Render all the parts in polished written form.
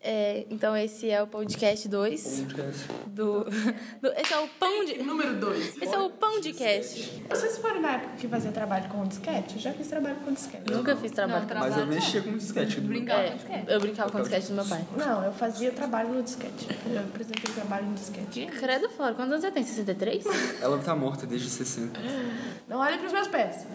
Então esse é o podcast 2 esse é o pão de... Número 2. Esse é o pão de cast. Vocês foram na época que fazia trabalho com disquete? Eu já fiz trabalho com disquete. Nunca fiz trabalho com Mas eu mexia com disquete. Eu brincava com o disquete do meu pai. Não, eu fazia trabalho no disquete. Eu apresentei trabalho no disquete. Credo fora. Quantos anos você tem? 63? Ela tá morta desde 60. Não olhem pros meus pés.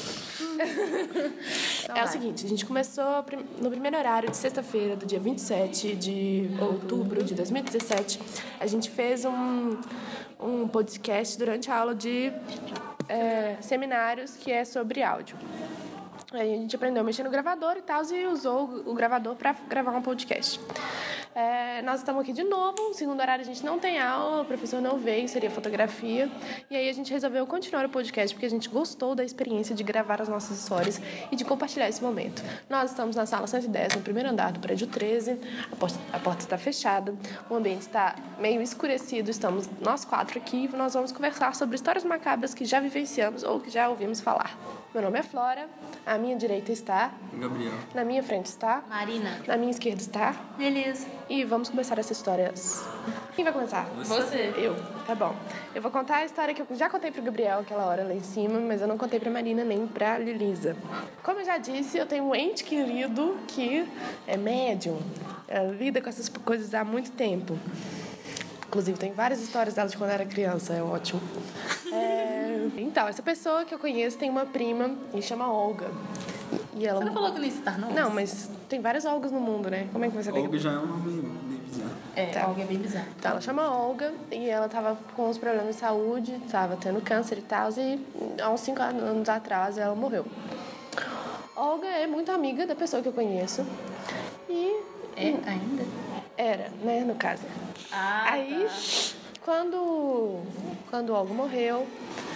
É o seguinte, a gente começou no primeiro horário de sexta-feira, do dia 27 de outubro de 2017. A gente fez um podcast durante a aula de seminários que é sobre áudio. Aí a gente aprendeu a mexer no gravador e tal, e usou o gravador para gravar um podcast. Nós estamos aqui de novo, no segundo horário a gente não tem aula, o professor não veio, seria fotografia. E aí a gente resolveu continuar o podcast porque a gente gostou da experiência de gravar as nossas histórias e de compartilhar esse momento. Nós estamos na sala 110, no primeiro andar do prédio 13, a porta está fechada, o ambiente está meio escurecido, estamos nós 4 aqui e nós vamos conversar sobre histórias macabras que já vivenciamos ou que já ouvimos falar. Meu nome é Flora, à minha direita está... Gabriel. Na minha frente está... Marina. Na minha esquerda está... Beleza. E vamos começar essa história. Quem vai começar? Você. Eu. Tá bom. Eu vou contar a história que eu já contei pro Gabriel aquela hora lá em cima, mas eu não contei pra Marina nem pra Lilisa. Como eu já disse, eu tenho um ente querido que é médium. Ela lida com essas coisas há muito tempo. Inclusive, tem várias histórias dela de quando era criança, é ótimo. Então, essa pessoa que eu conheço tem uma prima e chama Olga. E ela... Você não falou que nem citar nomes? Não, mas tem várias Olgas no mundo, né? Como é que você tem? Olga já é um nome bem bizarro. Tá. Olga é bem bizarro. Então, ela chama Olga e ela tava com uns problemas de saúde, tava tendo câncer e tal, e há uns 5 anos atrás ela morreu. Olga é muito amiga da pessoa que eu conheço. E... ainda? Era, né, no caso. Aí, quando Olga morreu,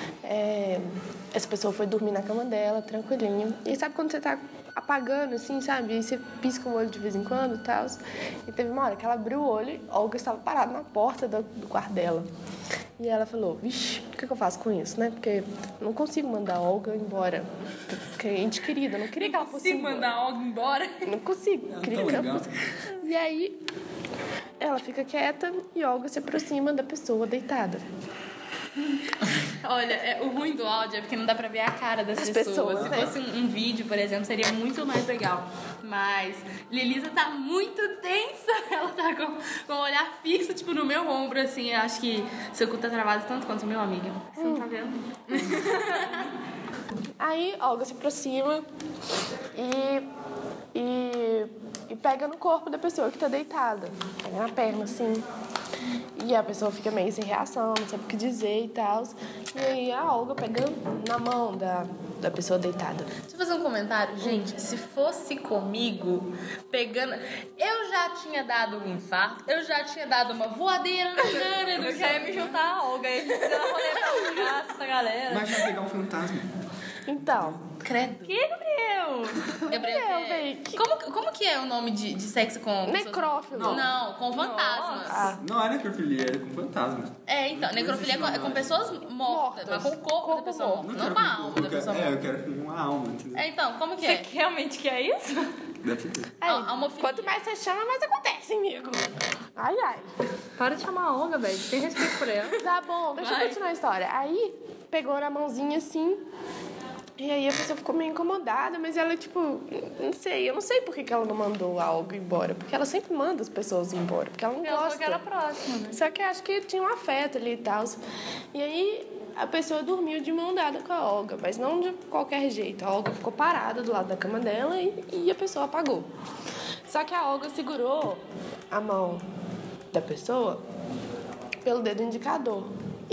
essa pessoa foi dormir na cama dela, tranquilinho. E sabe quando você tá apagando, assim, sabe? E você pisca o olho de vez em quando e tal. E teve uma hora que ela abriu o olho e Olga estava parada na porta do quarto dela. E ela falou, vixe, o que eu faço com isso, né? Porque eu não consigo mandar a Olga embora. Porque é ente querida, eu não queria que ela fosse embora. mandar a Olga embora? Não consigo. Queria que ela fosse... E aí, ela fica quieta e Olga se aproxima da pessoa deitada. Olha, o ruim do áudio é porque não dá pra ver a cara das pessoas. Se né? fosse um vídeo, por exemplo, seria muito mais legal. Mas Lilisa tá muito tensa. Ela tá com o olhar fixo, tipo, no meu ombro, assim. Eu acho que seu cu tá travado tanto quanto o meu, amiga. Você não tá vendo? Aí, Olga se aproxima e pega no corpo da pessoa que tá deitada. Pega na perna, assim. E a pessoa fica meio sem reação, não sabe o que dizer e tal. E aí a Olga pega na mão da pessoa deitada. Deixa eu fazer um comentário. Gente, se fosse comigo, pegando... Eu já tinha dado um infarto, eu já tinha dado uma voadeira na cara. Eu já ia me juntar a Olga e ela rolar essa galera. Mas já pegar um fantasma. Então... Credo. Que, Gabriel? Gabriel, véi, como que é o nome de sexo com... Necrófilo. Não, com fantasmas. Não é necrofilia, é com fantasma. Então, necrofilia é com pessoas mortas, mas com o corpo da pessoa morta, não com a alma da pessoa morta. Eu quero com uma alma, entendeu? Então, como que Você é? realmente quer isso? Deve ter. Almofilia. Quanto mais você chama, mais acontece, amigo. Ai. Para de chamar a Olga, velho. Tem respeito por ela. Tá bom, deixa eu continuar a história. Aí, pegou na mãozinha assim... E aí a pessoa ficou meio incomodada, mas ela, tipo, eu não sei por que ela não mandou a Olga embora. Porque ela sempre manda as pessoas embora, porque ela não gosta. Porque era próxima, né? Só que acho que tinha um afeto ali e tal. E aí a pessoa dormiu de mão dada com a Olga, mas não de qualquer jeito. A Olga ficou parada do lado da cama dela e a pessoa apagou. Só que a Olga segurou a mão da pessoa pelo dedo indicador.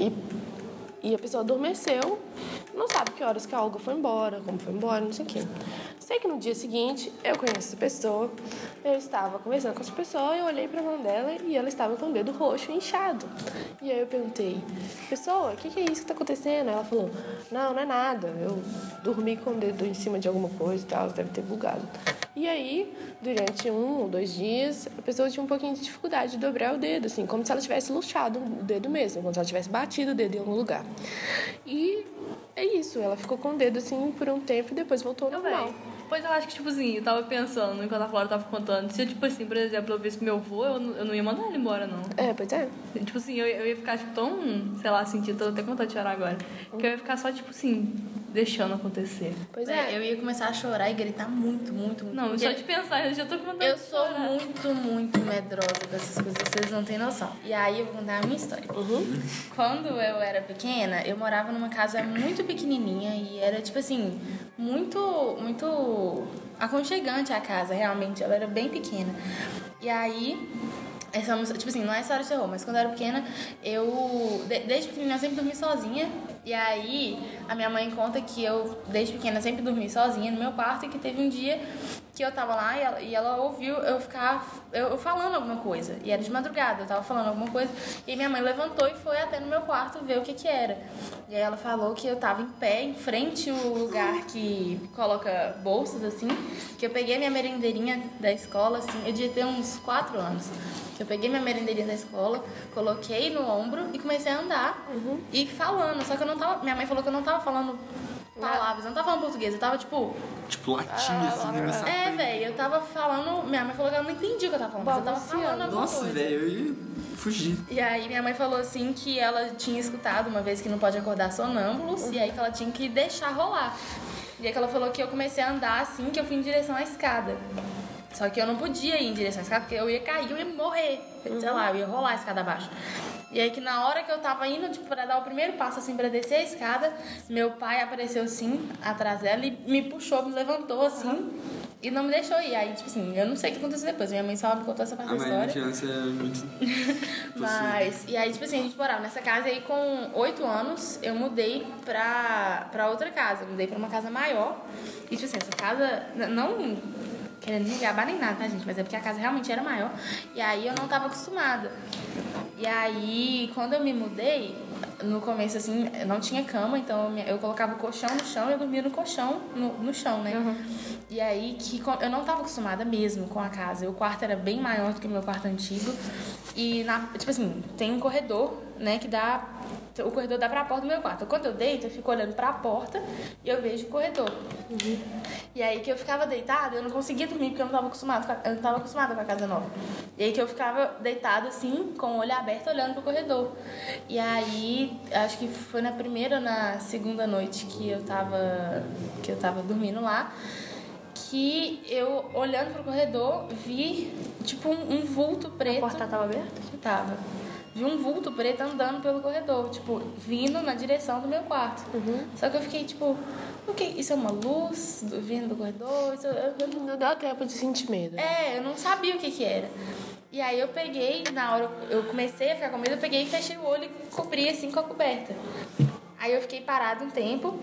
E a pessoa adormeceu, não sabe que horas que a Olga foi embora, como foi embora, não sei o quê. Sei que no dia seguinte, eu conheço essa pessoa, eu estava conversando com essa pessoa, eu olhei pra mão dela e ela estava com o dedo roxo e inchado. E aí eu perguntei, pessoa, o que é isso que tá acontecendo? Ela falou, não é nada, eu dormi com o dedo em cima de alguma coisa e tal, deve ter bugado. E aí, durante 1 ou 2 dias, a pessoa tinha um pouquinho de dificuldade de dobrar o dedo, assim, como se ela tivesse luxado o dedo mesmo, como se ela tivesse batido o dedo em algum lugar. E é isso, ela ficou com o dedo assim por um tempo e depois voltou ao normal. Pois eu acho que, tipo assim, eu tava pensando, enquanto a Flora tava contando, se eu, tipo assim, por exemplo, eu visse meu avô, eu não ia mandar ele embora, não. Pois é. Tipo assim, eu ia ficar, tipo, tão, sei lá, sentindo, tô até com vontade de chorar agora, que eu ia ficar só, tipo assim, deixando acontecer. Pois é. Eu ia começar a chorar e gritar muito, muito, muito. Não, porque só de pensar, eu já tô com vontade eu de sou chorar. muito, muito medrosa com essas coisas, vocês não têm noção. E aí eu vou contar a minha história. Quando eu era pequena, eu morava numa casa muito pequenininha e era, tipo assim, muito, muito aconchegante a casa, realmente. Ela era bem pequena. E aí, tipo assim, não é história de terror, mas quando eu era pequena, desde pequenininha, eu sempre dormi sozinha. E aí, a minha mãe conta que eu, desde pequena, sempre dormi sozinha no meu quarto e que teve um dia que eu tava lá e ela ouviu eu falando alguma coisa. E era de madrugada, eu tava falando alguma coisa. E minha mãe levantou e foi até no meu quarto ver o que era. E aí ela falou que eu tava em pé, em frente ao lugar que coloca bolsas, assim. Que eu peguei minha merendeirinha da escola, assim, eu devia ter uns 4 anos. Eu peguei minha merendeirinha da escola, coloquei no ombro e comecei a andar. E falando, só que eu não tava... Minha mãe falou que eu não tava falando palavras, eu não tava falando português, eu tava tipo latinha assim, né? velho, eu tava falando... Minha mãe falou que eu não entendi o que eu tava falando, mas eu tava falando alguma Nossa, coisa. velho, eu ia fugir. E aí minha mãe falou assim que ela tinha escutado uma vez que não pode acordar sonâmbulos, e aí que ela tinha que deixar rolar. E aí que ela falou que eu comecei a andar assim, que eu fui em direção à escada. Só que eu não podia ir em direção à escada, porque eu ia cair, eu ia morrer. Sei lá, eu ia rolar a escada abaixo. E aí que na hora que eu tava indo, tipo, pra dar o primeiro passo, assim, pra descer a escada, meu pai apareceu, assim, atrás dela e me puxou, me levantou, assim, e não me deixou ir. Aí, tipo assim, eu não sei o que aconteceu depois. Minha mãe só me contou essa parte da Mas história. a criança é muito... Mas, e aí, tipo assim, a gente morava nessa casa e aí com 8 anos eu mudei pra outra casa. Eu mudei pra uma casa maior. E, tipo assim, essa casa, não querendo me gabar nem nada, tá, gente? Mas é porque a casa realmente era maior. E aí eu não tava acostumada. E aí, quando eu me mudei, no começo, assim, eu não tinha cama, então eu colocava o colchão no chão e eu dormia no colchão, no chão, né? E aí, eu não tava acostumada mesmo com a casa. O quarto era bem maior do que o meu quarto antigo. E, tipo assim, tem um corredor, né, que dá... O corredor dá pra porta do meu quarto. Quando eu deito, eu fico olhando pra porta e eu vejo o corredor. E aí que eu ficava deitada, eu não conseguia dormir porque eu não tava acostumada com a casa nova. E aí que eu ficava deitada assim, com o olho aberto, olhando pro corredor. E aí, acho que foi na primeira ou na segunda noite que eu tava dormindo lá, que eu, olhando pro corredor, vi tipo um vulto preto. A porta tava aberta? Tava. Vi um vulto preto andando pelo corredor, tipo, vindo na direção do meu quarto. Só que eu fiquei, tipo, o que? Isso é uma luz vindo do corredor? Não dá tempo de sentir medo. Eu não sabia o que era. E aí eu peguei, na hora eu comecei a ficar com medo, eu peguei e fechei o olho e cobri assim com a coberta. Aí eu fiquei parada um tempo.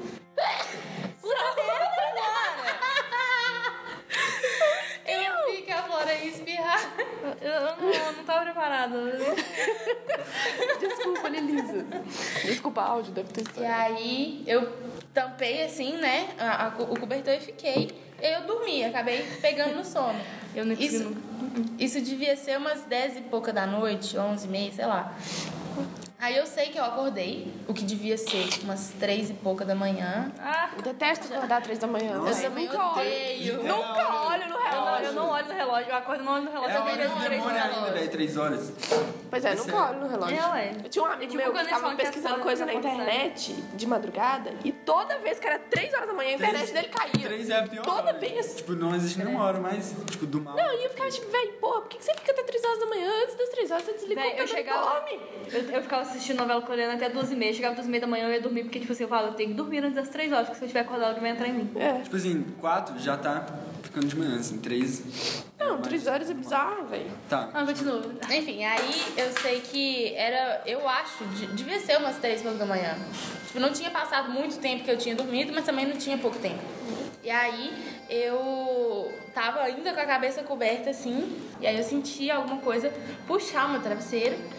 Eu vi que a Flora ia espirrar. Eu não tava preparada. Desculpa, Lelisa. Desculpa, áudio, deve ter E sido. aí eu tampei assim, né, o cobertor e fiquei. Eu dormi, acabei pegando no sono. Eu não Isso, consigo. isso devia ser umas 10 e pouca da noite, 11h30, sei lá. Aí eu sei que eu acordei, o que devia ser umas 3 e pouca da manhã. Eu detesto acordar 3 da manhã. Eu também odeio. Nunca olho no relógio. Eu não olho no relógio, eu acordo e não olho no relógio. É uma também hora não de olho demora no ainda, relógio. velho, 3 horas. Pois é, nunca olho no relógio. Eu tinha um amigo Tipo, meu que quando eles ficava falam que pesquisando as coisa na horas não internet de madrugada e toda vez que era 3 horas da manhã a internet dele caía. 3 é a pior Toda hora. vez. Tipo, não existe nenhuma hora mais, tipo, do mal. Não, e eu ficava tipo, velho, porra, por que você fica até 3 horas da manhã? Antes das 3 horas você desliga o Véi, eu computador e chegava, dorme. eu ficava assistindo novela coreana até 2h30. Chegava 2h30 da manhã, eu ia dormir, porque, tipo assim, eu falo, eu tenho que dormir antes das 3 horas, porque se eu tiver acordado, alguém vai entrar em mim. Tipo assim, 4 já tá ficando de manhã, assim, 3... Não, 3 horas é bizarro, velho. Tá. Ah, continua. Enfim, aí eu sei que era, eu acho, devia ser umas 3 e pouco da manhã. Tipo, não tinha passado muito tempo que eu tinha dormido, mas também não tinha pouco tempo. E aí eu tava ainda com a cabeça coberta assim, e aí eu senti alguma coisa puxar o meu travesseiro.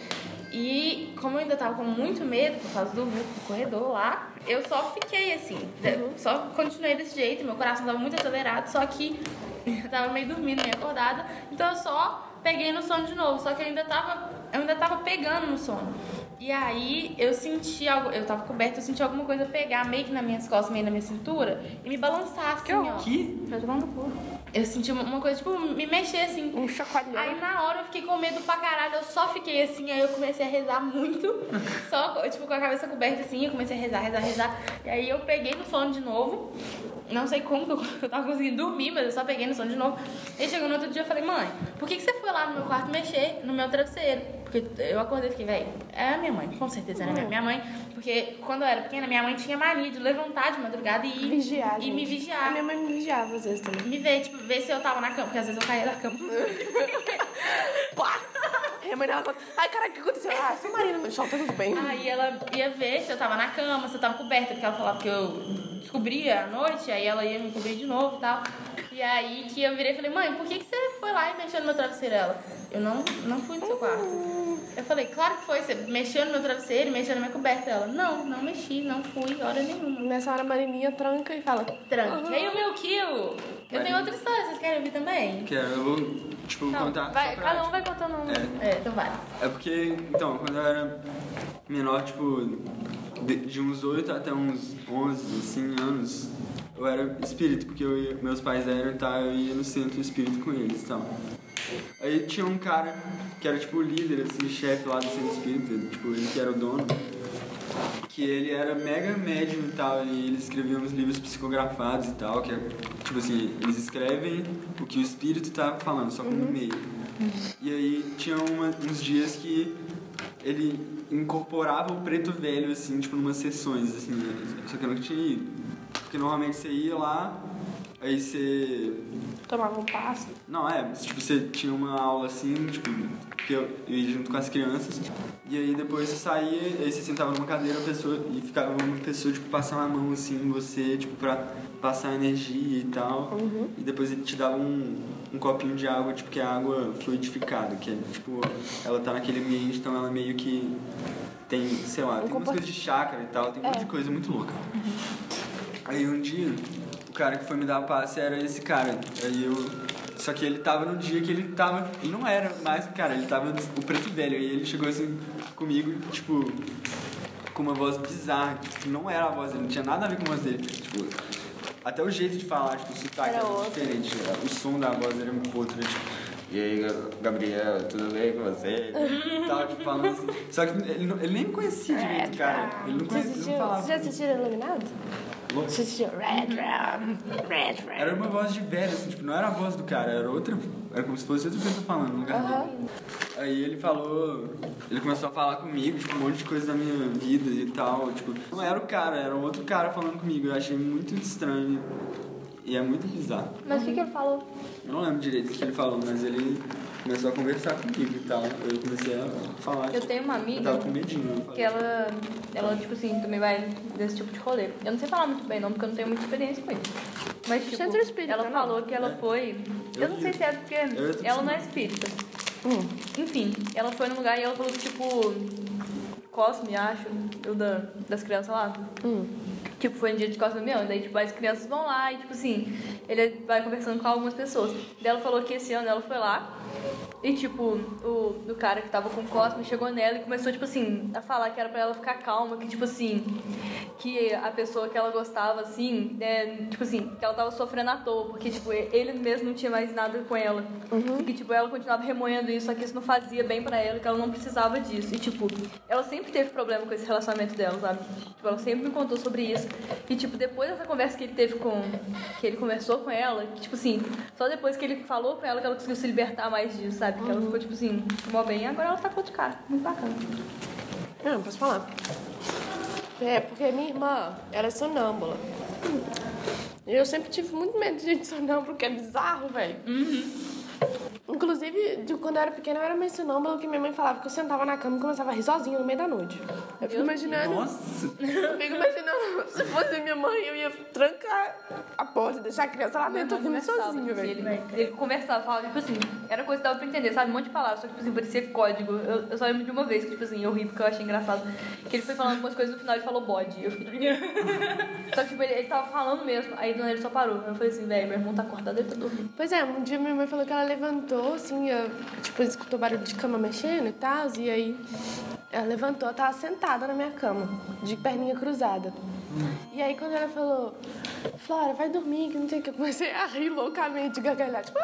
E como eu ainda tava com muito medo por causa do corredor lá, eu só fiquei assim, só continuei desse jeito, meu coração tava muito acelerado, só que eu tava meio dormindo, meio acordada, então eu só peguei no sono de novo, só que eu ainda tava pegando no sono. E aí eu senti algo, eu tava coberta, eu senti alguma coisa pegar meio que nas minhas costas, meio na minha cintura e me balançar assim, ó. Que? Tá tomando cu. Eu senti uma coisa, tipo, me mexer assim. Um chacoalhão. Aí na hora eu fiquei com medo pra caralho, eu só fiquei assim, aí eu comecei a rezar muito, só, tipo, com a cabeça coberta assim, eu comecei a rezar. E aí eu peguei no sono de novo, não sei como que eu tava conseguindo dormir, mas eu só peguei no sono de novo. E chegou no outro dia eu falei, mãe, por que você foi lá no meu quarto mexer no meu travesseiro? Porque eu acordei e fiquei, velho, é a minha mãe, com certeza era minha mãe, porque quando eu era pequena, minha mãe tinha mania de levantar de madrugada e ir Vigiar, e me gente. vigiar. A minha mãe me vigiava às vezes também. Me ver, tipo, ver se eu tava na cama, porque às vezes eu caía da cama. Pá! Aí a mãe dela falou, ai, caraca, o que aconteceu? Ah, seu marido no chão, tá tudo bem. Aí ela ia ver se eu tava na cama, se eu tava coberta, porque ela falava que eu descobria à noite, aí ela ia me cobrir de novo e tal. E aí que eu virei e falei, mãe, por que você foi lá e mexeu no meu travesseiro? Ela, eu não fui no seu quarto. Eu falei, claro que foi, você mexeu no meu travesseiro, mexeu na minha coberta. Ela, não mexi, não fui, hora nenhuma. Nessa hora a Marininha tranca e fala, Tranquei o meu kill. Eu tenho outra história, vocês querem ouvir também? Quero, eu vou, tipo, contar. Vai, só pra, cada um vai contando um. Então vai. É porque, então, quando eu era menor, tipo, de uns 8 até uns 11, assim, anos, eu era espírito, porque meus pais eram e tal, eu ia no centro espírito com eles e tal. Aí tinha um cara que era, tipo, o líder, assim, chefe lá do centro espírita, tipo, ele que era o dono, que ele era mega médium e tal, e ele escrevia uns livros psicografados e tal, que é, tipo assim, eles escrevem o que o espírito tá falando, só como meio. E aí tinha uns dias que ele incorporava o preto velho, assim, tipo, numas sessões, assim, só que eu não tinha ido. Porque normalmente você ia lá, aí você... tomava um passo. Não, tipo, você tinha uma aula assim, tipo, que eu ia junto com as crianças, e aí depois você saía, aí você sentava numa cadeira e ficava uma pessoa, tipo, passando a mão assim em você, tipo, pra passar energia e tal, e depois ele te dava um copinho de água, tipo, que é água fluidificada, que é, tipo, ela tá naquele ambiente, então ela meio que tem, sei lá, tem umas coisas de chácara e tal, tem um monte de coisa muito louca. Aí um dia, o cara que foi me dar a passe era esse cara, aí eu... Só que ele tava no dia que ele tava... Ele não era mais, cara, ele tava o preto velho. Aí ele chegou assim comigo, tipo, com uma voz bizarra. Tipo, não era a voz dele, não tinha nada a ver com a voz dele. Tipo, até o jeito de falar, tipo, o sotaque era diferente. O som da voz era outro, tipo... E aí, Gabriel, tudo bem com você? Tava, tipo, falando assim. Só que ele nem me conhecia direito, cara. Ele não conhecia, ele não falava. Você já assistiu Iluminado? Você assistiu Red Rum? Era uma voz de velho, assim, tipo, não era a voz do cara, era outra. Era como se fosse outra pessoa falando no lugar dele. Aí ele começou a falar comigo, tipo, um monte de coisa da minha vida e tal. Tipo, não era o cara, era um outro cara falando comigo. Eu achei muito estranho. E é muito bizarro. Mas o que ele falou? Eu não lembro direito o que ele falou, mas ele começou a conversar comigo e tal. Eu comecei a falar. Eu tenho uma amiga Eu tava com medinho. que ela, tipo assim, também vai desse tipo de rolê. Eu não sei falar muito bem, não, porque eu não tenho muita experiência com isso. Mas, tipo, Centro espírita, ela não? falou que ela foi... Eu não sei se é porque ela não é espírita. Enfim, ela foi num lugar e ela falou que, tipo... Cosme, acho, das crianças lá. Tipo, foi um dia de Cosme Mião, daí, tipo, as crianças vão lá e, tipo assim, ele vai conversando com algumas pessoas. Daí ela falou que esse ano ela foi lá e, tipo, o cara que tava com o Cosme chegou nela e começou, tipo assim, a falar que era pra ela ficar calma, que, tipo assim, que a pessoa que ela gostava, assim, tipo assim, que ela tava sofrendo à toa, porque, tipo, ele mesmo não tinha mais nada com ela. E que, tipo, ela continuava remoendo isso, só que isso não fazia bem pra ela, que ela não precisava disso. E, tipo, ela sempre teve problema com esse relacionamento dela, sabe? Tipo, ela sempre me contou sobre isso. E, tipo, depois dessa conversa que ele teve que ele conversou com ela, que, tipo assim, só depois que ele falou com ela que ela conseguiu se libertar mais disso, sabe? Que ela ficou, tipo assim, mó bem, e agora ela tá com outro cara. Muito bacana. Não, posso falar. É, porque minha irmã, ela é sonâmbula. E eu sempre tive muito medo de gente sonâmbula, porque é bizarro, velho. Inclusive, quando eu era pequena, eu era meio sonâmbula, que minha mãe falava que eu sentava na cama e começava a rir sozinha no meio da noite. Eu fico imaginando... Nossa! Eu fico imaginando, se fosse minha mãe, eu ia trancar a porta, deixar a criança lá dentro, rindo sozinho, velho. Ele conversava, falava, tipo assim, era coisa que dava pra entender, sabe? Um monte de palavras, só que, tipo assim, parecia código. Eu só lembro de uma vez que, tipo assim, eu ri porque eu achei engraçado. Que ele foi falando algumas coisas, no final ele falou bode. Eu fiquei... Só que, tipo, ele tava falando mesmo, aí do nada ele só parou. Eu falei assim, velho, meu irmão tá acordado, ele tá dormindo. Pois é, um dia minha mãe falou que ela levantou, assim, tipo, escutou barulho de cama mexendo e tal, e aí ela levantou, tava sentada na minha cama, de perninha cruzada. E aí quando ela falou, Flora, vai dormir, que não sei o que, eu comecei a rir loucamente, gargalhar, tipo...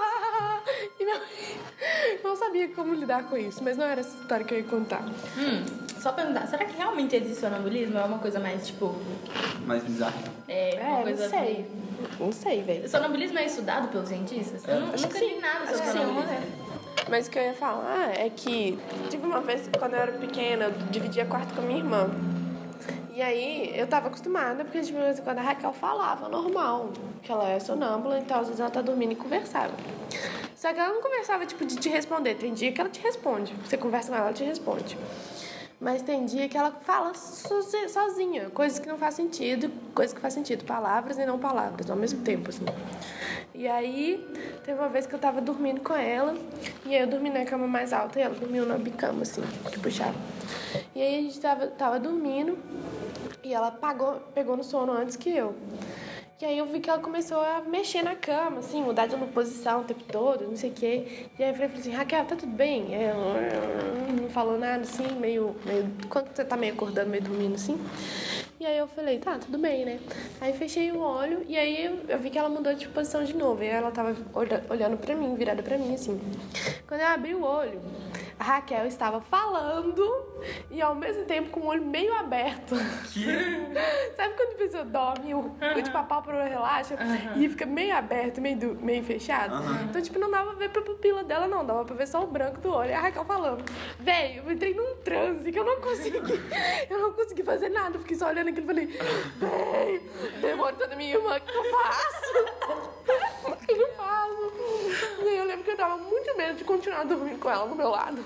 E minha mãe não sabia como lidar com isso, mas não era essa história que eu ia contar. Só perguntar, será que realmente existe sonambulismo? Ou é uma coisa mais, tipo... Mais bizarro. Uma coisa... não sei. Não sei, velho. Sonambulismo é estudado pelos cientistas? Eu nunca li nada sobre sonambulismo. Mas o que eu ia falar é que tive uma vez, quando eu era pequena, eu dividia quarto com a minha irmã. E aí, eu tava acostumada, porque de vez em quando a Raquel falava normal, que ela é sonâmbula, então às vezes ela tá dormindo e conversava. Só que ela não conversava, tipo, de te responder. Tem dia que ela te responde. Você conversa com ela, ela te responde. Mas tem dia que ela fala sozinha, coisas que não faz sentido, coisas que faz sentido, palavras e não palavras, ao mesmo tempo, assim. E aí, teve uma vez que eu tava dormindo com ela, e aí eu dormi na cama mais alta e ela dormiu na bicama, assim, que puxava. E aí a gente tava dormindo, e ela pegou no sono antes que eu. E aí eu vi que ela começou a mexer na cama, assim, mudar de uma posição o tempo todo, não sei o quê. E aí eu falei assim, Raquel, tá tudo bem? E ela não falou nada, assim, meio... Quando você tá meio acordando, meio dormindo, assim. E aí eu falei, tá, tudo bem, né? Aí fechei o olho e aí eu vi que ela mudou de posição de novo. E aí ela tava olhando pra mim, virada pra mim, assim. Quando eu abri o olho, a Raquel estava falando e ao mesmo tempo com o olho meio aberto. Que? Sabe quando a pessoa dorme, o tipo, a pálpebra relaxa e fica meio aberto, meio fechado? Então, tipo, não dava pra ver pra pupila dela, não. Dava pra ver só o branco do olho. E a Raquel falando, véi, eu entrei num transe que eu não consegui fazer nada. Fiquei só olhando aquilo e falei, véi, demônio tá na minha irmã, o que eu faço? O que eu faço? E aí eu lembro que eu tava muito medo de continuar dormindo com ela do meu lado.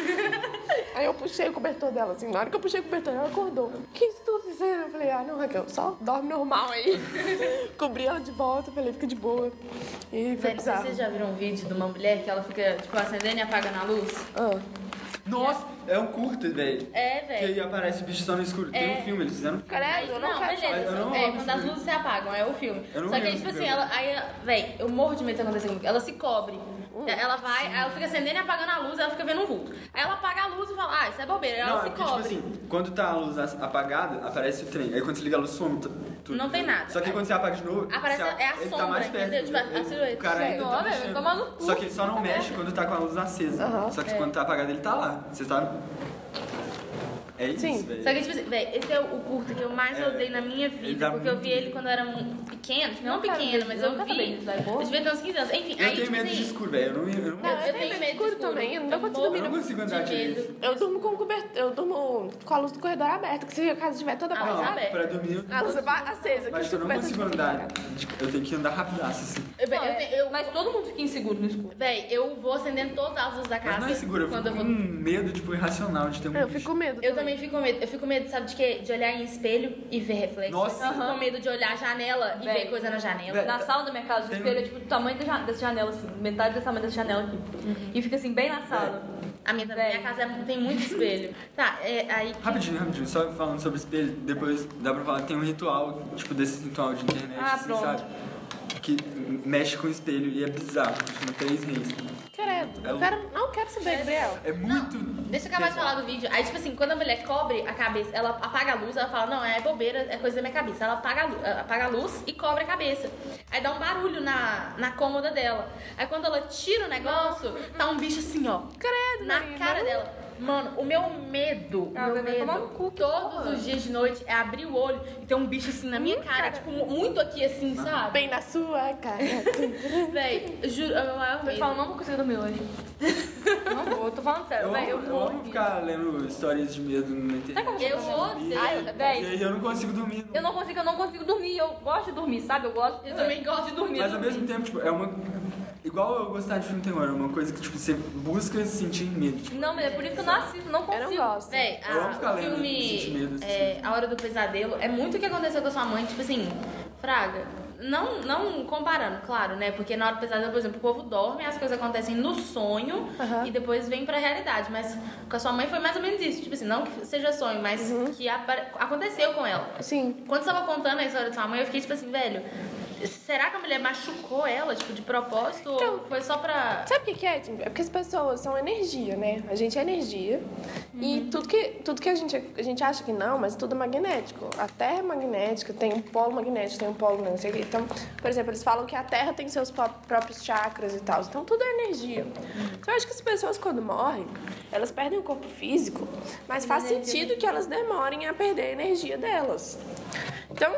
Aí eu puxei o cobertor dela, assim, na hora que eu puxei o cobertor dela, ela acordou. O que isso tá fazendo? Eu falei, não, Raquel, só dorme normal aí. Cobri ela de volta, falei, fica de boa. E foi bizarro. Vocês já viram um vídeo de uma mulher que ela fica, tipo, acendendo e apagando a luz? Nossa, é um curto, velho. É, velho. Que aí aparece o bicho só no escuro. Tem um filme, eles fizeram um filme. Credo, eu não quero beleza. Quando as luzes se apagam, é o filme. Só que aí, tipo assim, véi, eu morro de medo de acontecer comigo. Ela se cobre. Ela vai, aí ela fica acendendo e apagando a luz, ela fica vendo um vulto. Aí ela apaga a luz e fala, isso é bobeira. Aí ela se cobre. Tipo assim, quando tá a luz apagada, aparece o trem. Aí quando você liga a luz, some tudo. Não tem nada. Só que quando você apaga de novo, aparece a ele sombra, tá mais perto. entendeu? Tipo, a silhueta. O cara ainda tá mexendo. Só que ele só não mexe quando tá com a luz acesa. Só que quando tá apagado, ele tá lá. Você sabe? É isso, velho. Só que, tipo assim, velho, esse é o curto que eu mais odeio na minha vida. Porque eu vi ele quando eu era pequeno. Não pequeno, mas eu vi. Eu devia ter uns 15 anos. Enfim, eu tenho medo de escuro, velho. Eu tenho medo de escuro também. Eu não consigo dormir. Eu não consigo andar direito. Eu durmo com cobertor. Eu durmo com a luz do corredor aberta. Que se a casa estiver toda apagada. Pra dormir. A luz acesa. Mas eu não consigo andar. Eu tenho que andar rapidaço, assim. Mas todo mundo fica inseguro no escuro. Véi, eu vou acendendo todas as luzes da casa. Mas não é seguro, eu fico com medo, tipo, irracional de ter um bicho. Eu fico com medo. Eu também fico com medo. Eu fico com medo, sabe de quê? De olhar em espelho e ver reflexo. Nossa. Eu fico com medo de olhar a janela e ver coisa na janela. Na sala da minha casa, o espelho é tipo do tamanho dessa janela, assim. Metade do tamanho dessa janela aqui. E fica assim, bem na sala. A minha casa tem muito espelho. Tá, aí... Rapidinho. Só falando sobre espelho, depois dá pra falar que tem um ritual, tipo, desse ritual de internet, assim, pronto. sabe? Que mexe com o espelho e é bizarro. Chama 3 reis. Credo. Não quero saber, Gabriel. É muito... Deixa eu acabar de falar do vídeo. Aí, tipo assim, quando a mulher cobre a cabeça, ela apaga a luz, ela fala, não, é bobeira, é coisa da minha cabeça. Ela apaga a luz e cobre a cabeça. Aí dá um barulho na cômoda dela. Aí quando ela tira o negócio, tá um bicho assim, ó. Credo, na cara dela. Mano, o meu medo, todos os dias de noite é abrir o olho e ter um bicho assim na minha cara, tipo, muito aqui assim, sabe? Bem na sua cara. Véi, juro, é o maior medo. Eu falo, não vou conseguir dormir hoje. Não vou, eu tô falando sério, véi. Eu amo ficar lendo histórias de medo na internet. Eu odeio. Véi. E aí eu não consigo dormir. Eu não consigo dormir. Eu gosto de dormir, sabe? Eu também gosto de dormir. Mas ao mesmo tempo, tipo, é uma... Igual eu gostar de filme terror, é uma coisa que tipo, você busca sentir medo. Tipo, Não, mas é por isso que eu não assisto, não consigo. Eu não gosto. Véi, Eu amo ficar o lendo, sentir filme medo, A Hora do Pesadelo é muito o que aconteceu com a sua mãe, tipo assim, Fraga. Não comparando, claro, né? Porque na hora do pesadelo, por exemplo, o povo dorme, as coisas acontecem no sonho e depois vem pra realidade. Mas com a sua mãe foi mais ou menos isso. Tipo assim, não que seja sonho, mas que aconteceu com ela. Sim. Quando você tava contando a história da sua mãe, eu fiquei tipo assim, velho, será que a mulher machucou ela, tipo, de propósito? Então, ou foi só pra... Sabe o que é? É porque as pessoas são energia, né? A gente é energia. E tudo que a gente acha que não, mas tudo é magnético. A Terra é magnética, tem um polo magnético, tem um polo não sei o quê. Então, por exemplo, eles falam que a Terra tem seus próprios chakras e tal. Então, tudo é energia. Então, eu acho que as pessoas, quando morrem, elas perdem o corpo físico, mas faz sentido que elas demorem a perder a energia delas. Então,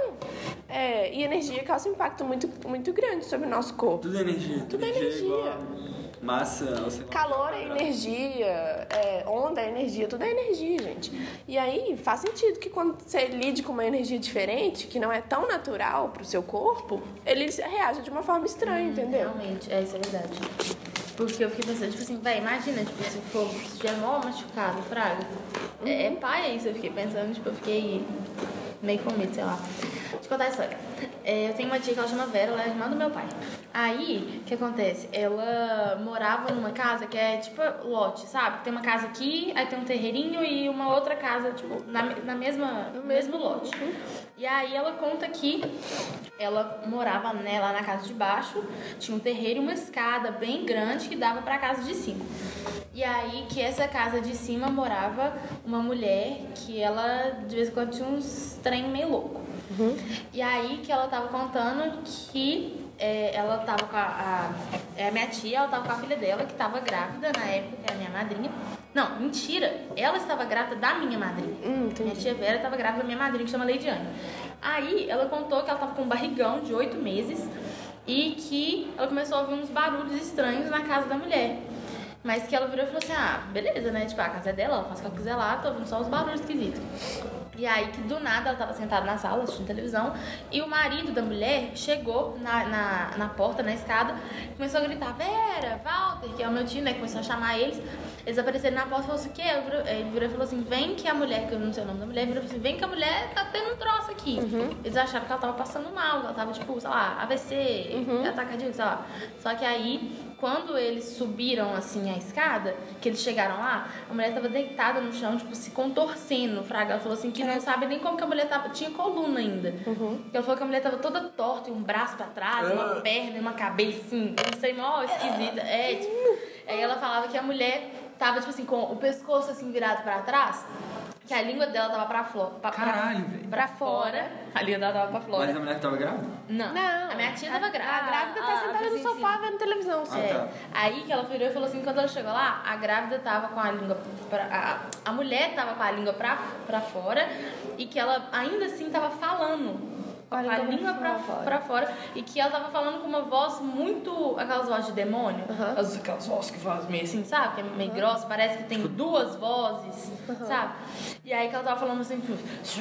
e energia causa um impacto muito, muito grande sobre o nosso corpo. Tudo é energia. Tudo é energia. energia. Igual massa, sei lá, calor é energia, onda é energia, tudo é energia, gente. E aí faz sentido que quando você lide com uma energia diferente, que não é tão natural pro seu corpo, ele reage de uma forma estranha, entendeu? Realmente, isso é verdade. Porque eu fiquei pensando, tipo assim, véi, imagina, tipo, se for já mó machucado, Fraga. É pai isso, eu fiquei pensando, tipo, eu fiquei meio com medo, sei lá. Deixa eu contar a história. Eu tenho uma tia que ela chama Vera, ela é irmã do meu pai. Aí, o que acontece? Ela morava numa casa que é tipo lote, sabe? Tem uma casa aqui, aí tem um terreirinho e uma outra casa, tipo, no mesmo lote. E aí ela conta que ela morava, né, lá na casa de baixo, tinha um terreiro e uma escada bem grande que dava pra casa de cima. E aí que essa casa de cima morava uma mulher que ela, de vez em quando, tinha uns trem meio louco. E aí que ela tava contando que ela tava com a minha tia, ela tava com a filha dela, que tava grávida na época, que era minha madrinha. Não, mentira, ela estava grávida da minha madrinha. Minha tia Vera estava grávida da minha madrinha, que chama Leidiane. Aí ela contou que ela tava com um barrigão de 8 meses e que ela começou a ouvir uns barulhos estranhos na casa da mulher. Mas que ela virou e falou assim, beleza, né? Tipo, a casa é dela, ela faz o que ela quiser lá, tô ouvindo só os barulhos esquisitos. E aí que do nada ela tava sentada na sala assistindo televisão e o marido da mulher chegou na porta, na escada, começou a gritar, Vera, Walter, que é o meu tio, né? Começou a chamar eles. Eles apareceram na porta e falou assim, o quê? Ele virou e falou assim, vem que a mulher, que eu não sei o nome da mulher, virou e falou assim, vem que a mulher tá tendo um troço aqui. Eles acharam que ela tava passando mal, que ela tava tipo, sei lá, AVC, ataque cardíaco, sei lá. Só que aí, quando eles subiram assim a escada, que eles chegaram lá, a mulher tava deitada no chão, tipo, se contorcendo, Fraga. Ela falou assim que não sabe nem como que a mulher tava, tinha coluna ainda. Ela falou que a mulher tava toda torta, e um braço pra trás, uma perna e uma cabeça, assim, eu não sei, mó esquisita. Aí ela falava que a mulher tava, tipo assim, com o pescoço assim virado pra trás, que a língua dela tava Caralho, velho. pra fora. A língua dela tava pra fora. Mas a mulher tava grávida? Não. A minha tia tava grávida. A grávida tá sentada no sofá vendo televisão. Tá. Aí que ela virou e falou assim, quando ela chegou lá, a grávida tava com a língua a mulher tava com a língua pra fora e que ela ainda assim tava falando com a língua pra fora e que ela tava falando com uma voz muito, aquelas vozes de demônio, aquelas vozes que fazem meio assim, sabe? Que é meio grossa, parece que tem duas vozes, sabe? E aí que ela tava falando assim, tipo,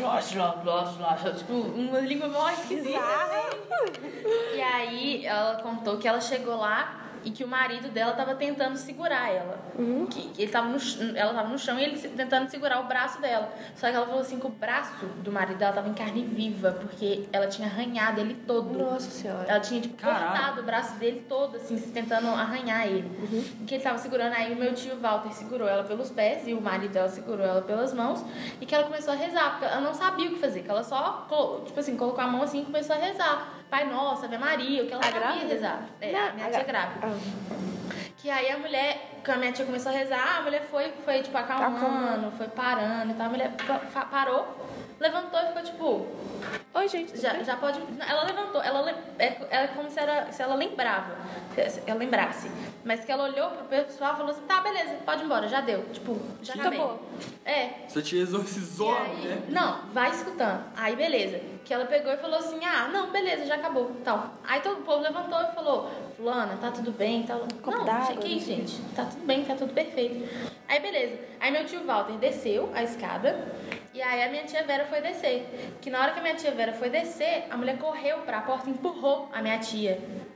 uma língua mó esquisita. E aí ela contou que ela chegou lá e que o marido dela tava tentando segurar ela. Que ela tava no chão e ele tentando segurar o braço dela. Só que ela falou assim que o braço do marido dela tava em carne viva, porque ela tinha arranhado ele todo. Nossa Senhora. Ela tinha, tipo, cortado o braço dele todo, assim, tentando arranhar ele. Que ele tava segurando, aí o meu tio Walter segurou ela pelos pés e o marido dela segurou ela pelas mãos e que ela começou a rezar, porque ela não sabia o que fazer, que ela só, tipo assim, colocou a mão assim e começou a rezar. Pai Nossa, Ave Maria, o que ela sabia rezar. A minha tia grávida. Que aí a mulher, quando a minha tia começou a rezar, a mulher foi tipo, acalmando, foi parando e tal. A mulher parou, levantou e ficou tipo... Oi, gente. Já pode... Ela levantou, é como se ela lembrava, se ela lembrasse. Mas que ela olhou pro pessoal e falou assim, tá, beleza, pode ir embora, já deu. Tipo, já acabei. Acabou. Sua tia exorcizou, né? Não, vai escutando. Aí, beleza. Que ela pegou e falou assim, não, beleza, já acabou, tal. Aí todo o povo levantou e falou, fulana, tá tudo bem, tal. Não, cheguei, gente. Tá tudo bem, tá tudo perfeito. Aí, beleza. Aí meu tio Walter desceu a escada e aí a minha tia Vera foi descer. Que na hora que a minha tia Vera foi descer, a mulher correu pra porta e empurrou a minha tia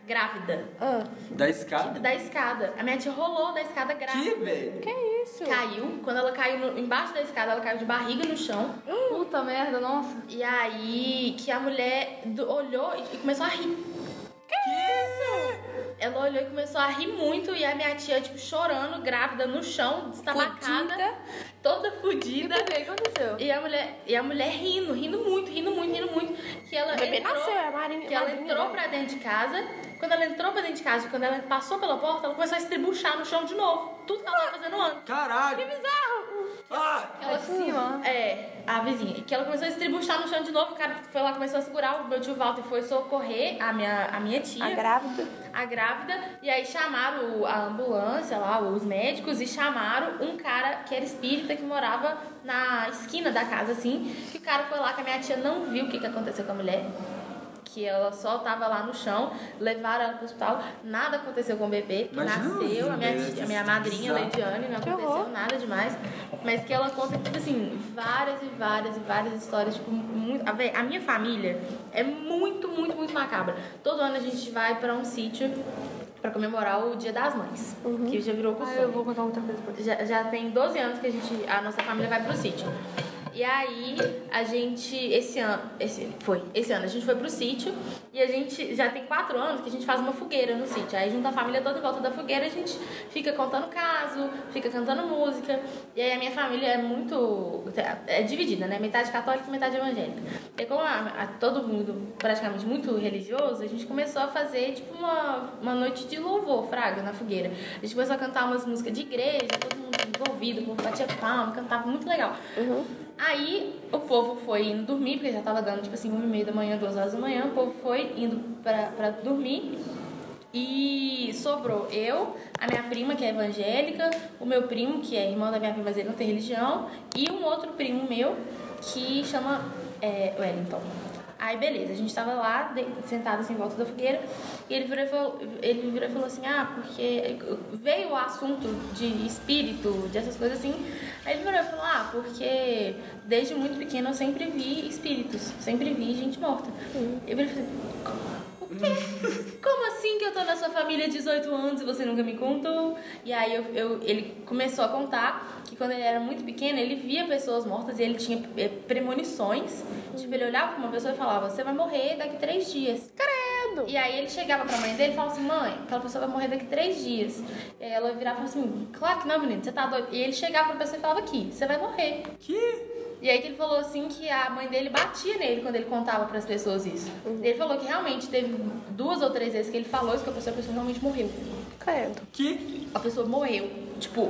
grávida. Da escada? Da escada. A minha tia rolou da escada grávida. Que, velho? Que isso? Caiu. Quando ela caiu embaixo da escada, ela caiu de barriga no chão. Puta merda, nossa. E aí que a mulher olhou e começou a rir. Que isso? Ela olhou e começou a rir muito. E a minha tia, tipo, chorando, grávida, no chão, destabacada. Toda fodida. E o que aconteceu? E a mulher rindo muito. Que ela O bebê entrou, nasceu, é a Marinha. que ela entrou pra dentro de casa. Quando ela entrou pra dentro de casa, quando ela passou pela porta, ela começou a estribuchar no chão de novo. Tudo que ela tava fazendo antes. Caralho! Que bizarro! Ah! Ela cima. a vizinha. Que ela começou a estribuchar no chão de novo. O cara foi lá, começou a segurar. O meu tio Walter foi socorrer a minha tia. A grávida. E aí chamaram a ambulância lá, os médicos, e chamaram um cara que era espírita, que morava na esquina da casa, assim. Que o cara foi lá, que a minha tia não viu o que aconteceu com a mulher. Que ela só tava lá no chão, levaram ela pro hospital, nada aconteceu com o bebê, que nasceu, a minha madrinha, Leidiane, não aconteceu nada demais, mas que ela conta, tipo assim, várias histórias, tipo, muito, a minha família é muito macabra. Todo ano a gente vai pra um sítio pra comemorar o Dia das Mães, que já virou costume. Eu vou contar outra coisa pra você. Já tem 12 anos que a nossa família vai pro sítio. E aí, a gente, esse ano a gente foi pro sítio e a gente já tem 4 anos que a gente faz uma fogueira no sítio. Aí junta a família toda em volta da fogueira, a gente fica contando caso, fica cantando música. E aí a minha família é dividida, né? Metade católica e metade evangélica. E como todo mundo praticamente muito religioso, a gente começou a fazer tipo uma noite de louvor, fraga, na fogueira. A gente começou a cantar umas músicas de igreja, todo mundo envolvido, o povo batia palma, cantava muito legal. Aí o povo foi indo dormir, porque já tava dando tipo assim 1h30 da manhã, 2 horas da manhã. O povo foi indo pra dormir e sobrou eu, a minha prima, que é evangélica, o meu primo, que é irmão da minha prima, mas ele não tem religião, e um outro primo meu que chama Wellington. Aí beleza, a gente tava lá, sentado assim em volta da fogueira, e ele virou e falou assim, porque veio o assunto de espírito, dessas coisas assim. Aí ele virou e falou, porque desde muito pequeno eu sempre vi espíritos, sempre vi gente morta. Eu virei e falei, o quê? Como assim que eu tô na sua família há 18 anos e você nunca me contou? E aí ele começou a contar que quando ele era muito pequeno, ele via pessoas mortas e ele tinha premonições. Tipo, ele olhava pra uma pessoa e falava, você vai morrer daqui 3 dias. Credo! E aí ele chegava pra mãe dele e falava assim, mãe, aquela pessoa vai morrer daqui 3 dias. E aí ela virava e falava assim, claro que não, menino, você tá doido. E ele chegava pra pessoa e falava, aqui, você vai morrer. Que? E aí que ele falou assim que a mãe dele batia nele quando ele contava pras pessoas isso. Ele falou que realmente teve 2 ou 3 vezes que ele falou isso com a pessoa realmente morreu. Credo. Que? A pessoa morreu. Tipo,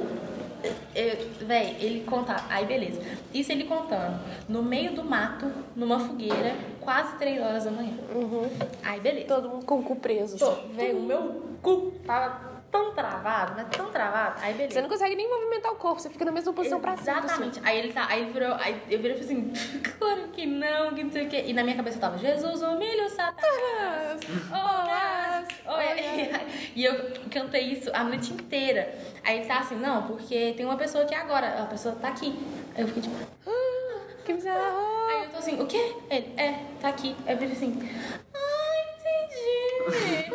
ele contava. Aí beleza. Isso ele contando. No meio do mato, numa fogueira, quase 3 horas da manhã. Aí beleza. Todo mundo com o cu preso. O meu cu tava tão travado, mas tão travado. Aí beleza. Você não consegue nem movimentar o corpo, você fica na mesma posição pra cima. Exatamente. Aí eu virei assim, claro que não sei o quê. E na minha cabeça tava, Jesus humilha o Satanás. E eu cantei isso a noite inteira. Aí ele tá assim, não, porque tem uma pessoa aqui agora, a pessoa tá aqui. Aí eu fiquei tipo, que bizarro. Aí eu tô assim, o quê? Ele, tá aqui. Aí eu virei assim, entendi.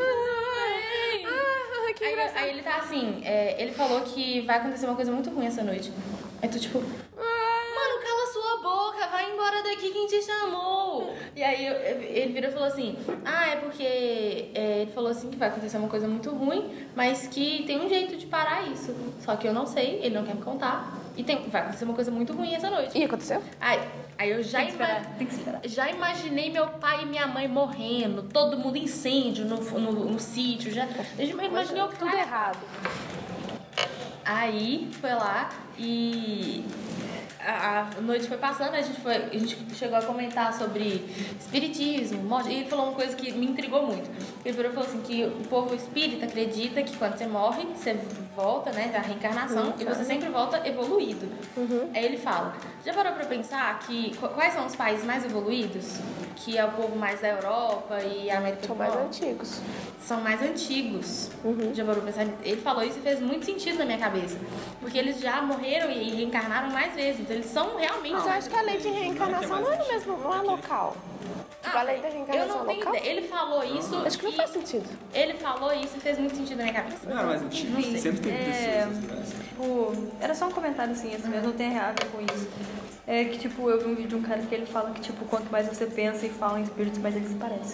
Aí ele tá assim, ele falou que vai acontecer uma coisa muito ruim essa noite. Aí tu tipo, mano, cala sua boca, vai embora daqui, quem te chamou? E aí ele virou e falou assim, é porque ele falou assim que vai acontecer uma coisa muito ruim, mas que tem um jeito de parar isso. Só que eu não sei, ele não quer me contar. E vai acontecer uma coisa muito ruim essa noite. E aconteceu? Aí eu já imaginei meu pai e minha mãe morrendo, todo mundo incêndio no sítio. Eu imaginei tudo errado. Aí foi lá e a noite foi passando, a gente chegou a comentar sobre espiritismo, morte, e ele falou uma coisa que me intrigou muito. Ele falou assim que o povo espírita acredita que quando você morre, você volta, né, da reencarnação, e você sempre volta evoluído. Aí ele fala, já parou pra pensar que quais são os países mais evoluídos? Que é o povo mais da Europa e a América do Norte? São mais antigos. São mais antigos. Já parou pra pensar? Ele falou isso e fez muito sentido na minha cabeça. Porque eles já morreram e reencarnaram mais vezes. Então eles são realmente... Mas eu acho que a lei de reencarnação não é no mesmo, não é local. Tipo, a lei da reencarnação eu não tenho local? ideia. Ele falou isso... Acho que não faz sentido. Ele falou isso e fez muito sentido na minha cabeça. Não, mas sempre tem pessoas assim. Tipo, era só um comentário assim mesmo, não tem a ver com isso. É que, tipo, eu vi um vídeo de um cara que ele fala que, tipo, quanto mais você pensa e fala em espíritos, mais eles se parecem.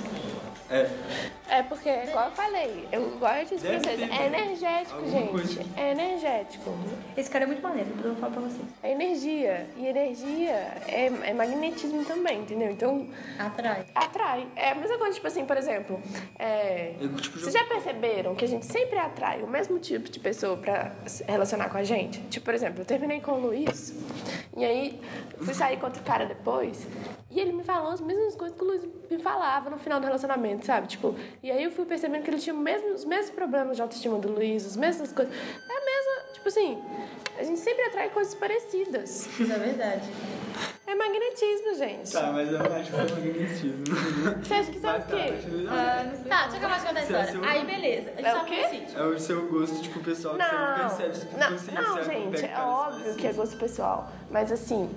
É porque, igual eu falei, igual eu disse pra vocês, é energético, gente. É energético. Esse cara é muito maneiro, depois eu vou falar pra vocês. É energia. E energia é magnetismo também, entendeu? Então, atrai. É a mesma coisa, tipo assim, por exemplo, vocês já perceberam que a gente sempre atrai o mesmo tipo de pessoa pra se relacionar com a gente? Tipo, por exemplo, eu terminei com o Luiz, e aí fui sair com outro cara depois, e ele me falou as mesmas coisas que o Luiz me falava no final do relacionamento, sabe? Tipo, e aí eu fui percebendo que ele tinha os mesmos problemas de autoestima do Luiz, as mesmas coisas. É a mesma, tipo assim, a gente sempre atrai coisas parecidas. Isso é verdade. É magnetismo, gente. Tá, mas eu acho que é magnetismo. Você acha que sabe o quê? Tá, deixa eu acabar de contar a história. Aí, beleza. A gente tava no sítio. É o seu gosto, tipo, pessoal, que você não percebe. Não, gente, é óbvio que é gosto pessoal. Mas assim,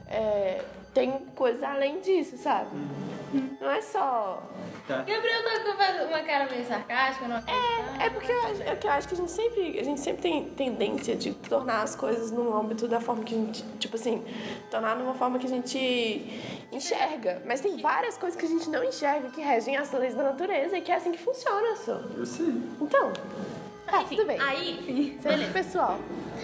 tem coisa além disso, sabe? Não é só... Tá. Gabriel tá com uma cara meio sarcástica, não É porque eu acho que a gente sempre tem tendência de tornar as coisas no âmbito da forma que a gente, tipo assim, tornar numa forma que a gente enxerga. Mas tem várias coisas que a gente não enxerga que regem as leis da natureza e que é assim que funciona, só. Eu sei. Então, tá, Enfim, tudo bem. Aí, Beleza. Pessoal.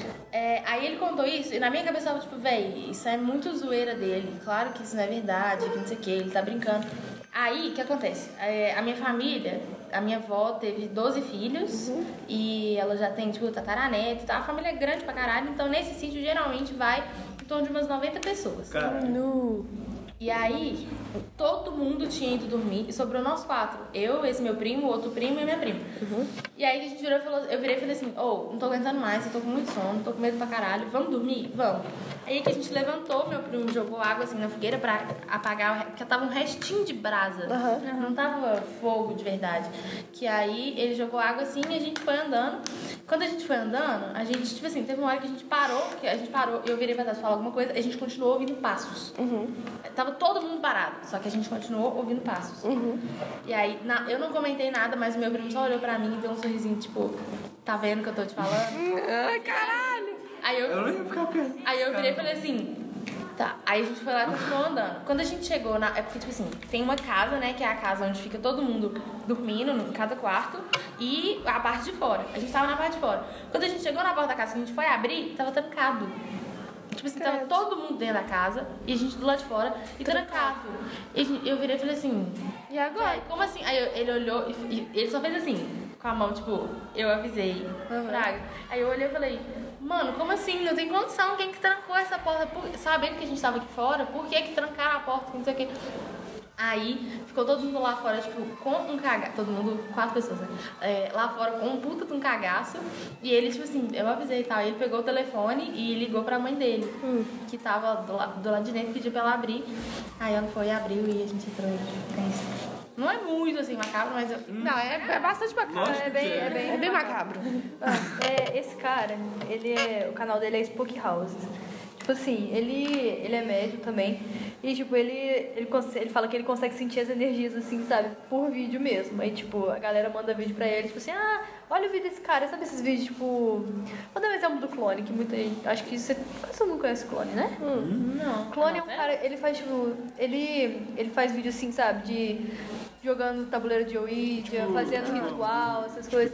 Aí ele contou isso e na minha cabeça eu tava tipo, véi, isso é muito zoeira dele. Claro que isso não é verdade, que não sei o que, ele tá brincando. Aí, o que acontece? A minha família, a minha avó teve 12 filhos e ela já tem, tipo, tataraneto e tal. A família é grande pra caralho, então nesse sítio geralmente vai em torno de umas 90 pessoas. Caralho. E aí, todo mundo tinha ido dormir e sobrou nós 4. Eu, esse meu primo, outro primo e minha prima. E aí a gente virou e falou, eu virei e falei assim, não tô aguentando mais, eu tô com muito sono, tô com medo pra caralho, vamos dormir? Vamos. Aí que a gente levantou, meu primo jogou água assim na fogueira pra apagar, porque tava um restinho de brasa. Não tava fogo de verdade. Que aí ele jogou água assim e a gente foi andando. Quando a gente foi andando, a gente, tipo assim, teve uma hora que a gente parou, eu virei pra trás falar alguma coisa, e a gente continuou ouvindo passos. Tava todo mundo parado, só que a gente continuou ouvindo passos. E aí, eu não comentei nada, mas o meu primo só olhou pra mim e deu um sorrisinho, tipo, tá vendo que eu tô te falando? Ai, caralho! Eu não ia ficar perto. Aí eu virei e falei assim, tá. Aí a gente foi lá e continuou andando. Quando a gente chegou é porque, tipo assim, tem uma casa, né, que é a casa onde fica todo mundo dormindo, em cada quarto, e a parte de fora. A gente tava na parte de fora. Quando a gente chegou na porta da casa, que a gente foi abrir, tava trancado. Tipo assim, tava todo mundo dentro da casa e a gente do lado de fora e trancado. E eu virei e falei assim, e agora? Como assim? Aí ele olhou e ele só fez assim, com a mão, tipo, eu avisei. Fraga. Aí eu olhei e falei, mano, como assim? Não tem condição. Quem que trancou essa porta? Sabendo que a gente tava aqui fora, por que trancaram a porta? Não sei o quê. Aí ficou todo mundo lá fora, tipo, com um cagaço. Todo mundo, 4 pessoas, né? Lá fora com um puta de um cagaço. E ele, tipo assim, eu avisei e tal. Ele pegou o telefone e ligou pra mãe dele, que tava do lado de dentro, pediu pra ela abrir. Aí ela foi e abriu e a gente entrou e não é muito assim macabro, mas eu... Não, é bastante macabro. É bem macabro. Esse cara, o canal dele é Spook Houses. Tipo assim, ele é médium também. E, tipo, ele fala que ele consegue sentir as energias, assim, sabe? Por vídeo mesmo. Aí, tipo, a galera manda vídeo pra ele, tipo assim, olha o vídeo desse cara. Sabe esses vídeos, tipo... Vou dar um exemplo do Clone, que muita gente... Acho que você não conhece o Clone, né? Não. Clone é um cara... Ele faz, tipo... Ele faz vídeo, assim, sabe? De... Jogando tabuleiro de Ouija, fazendo ritual, essas coisas.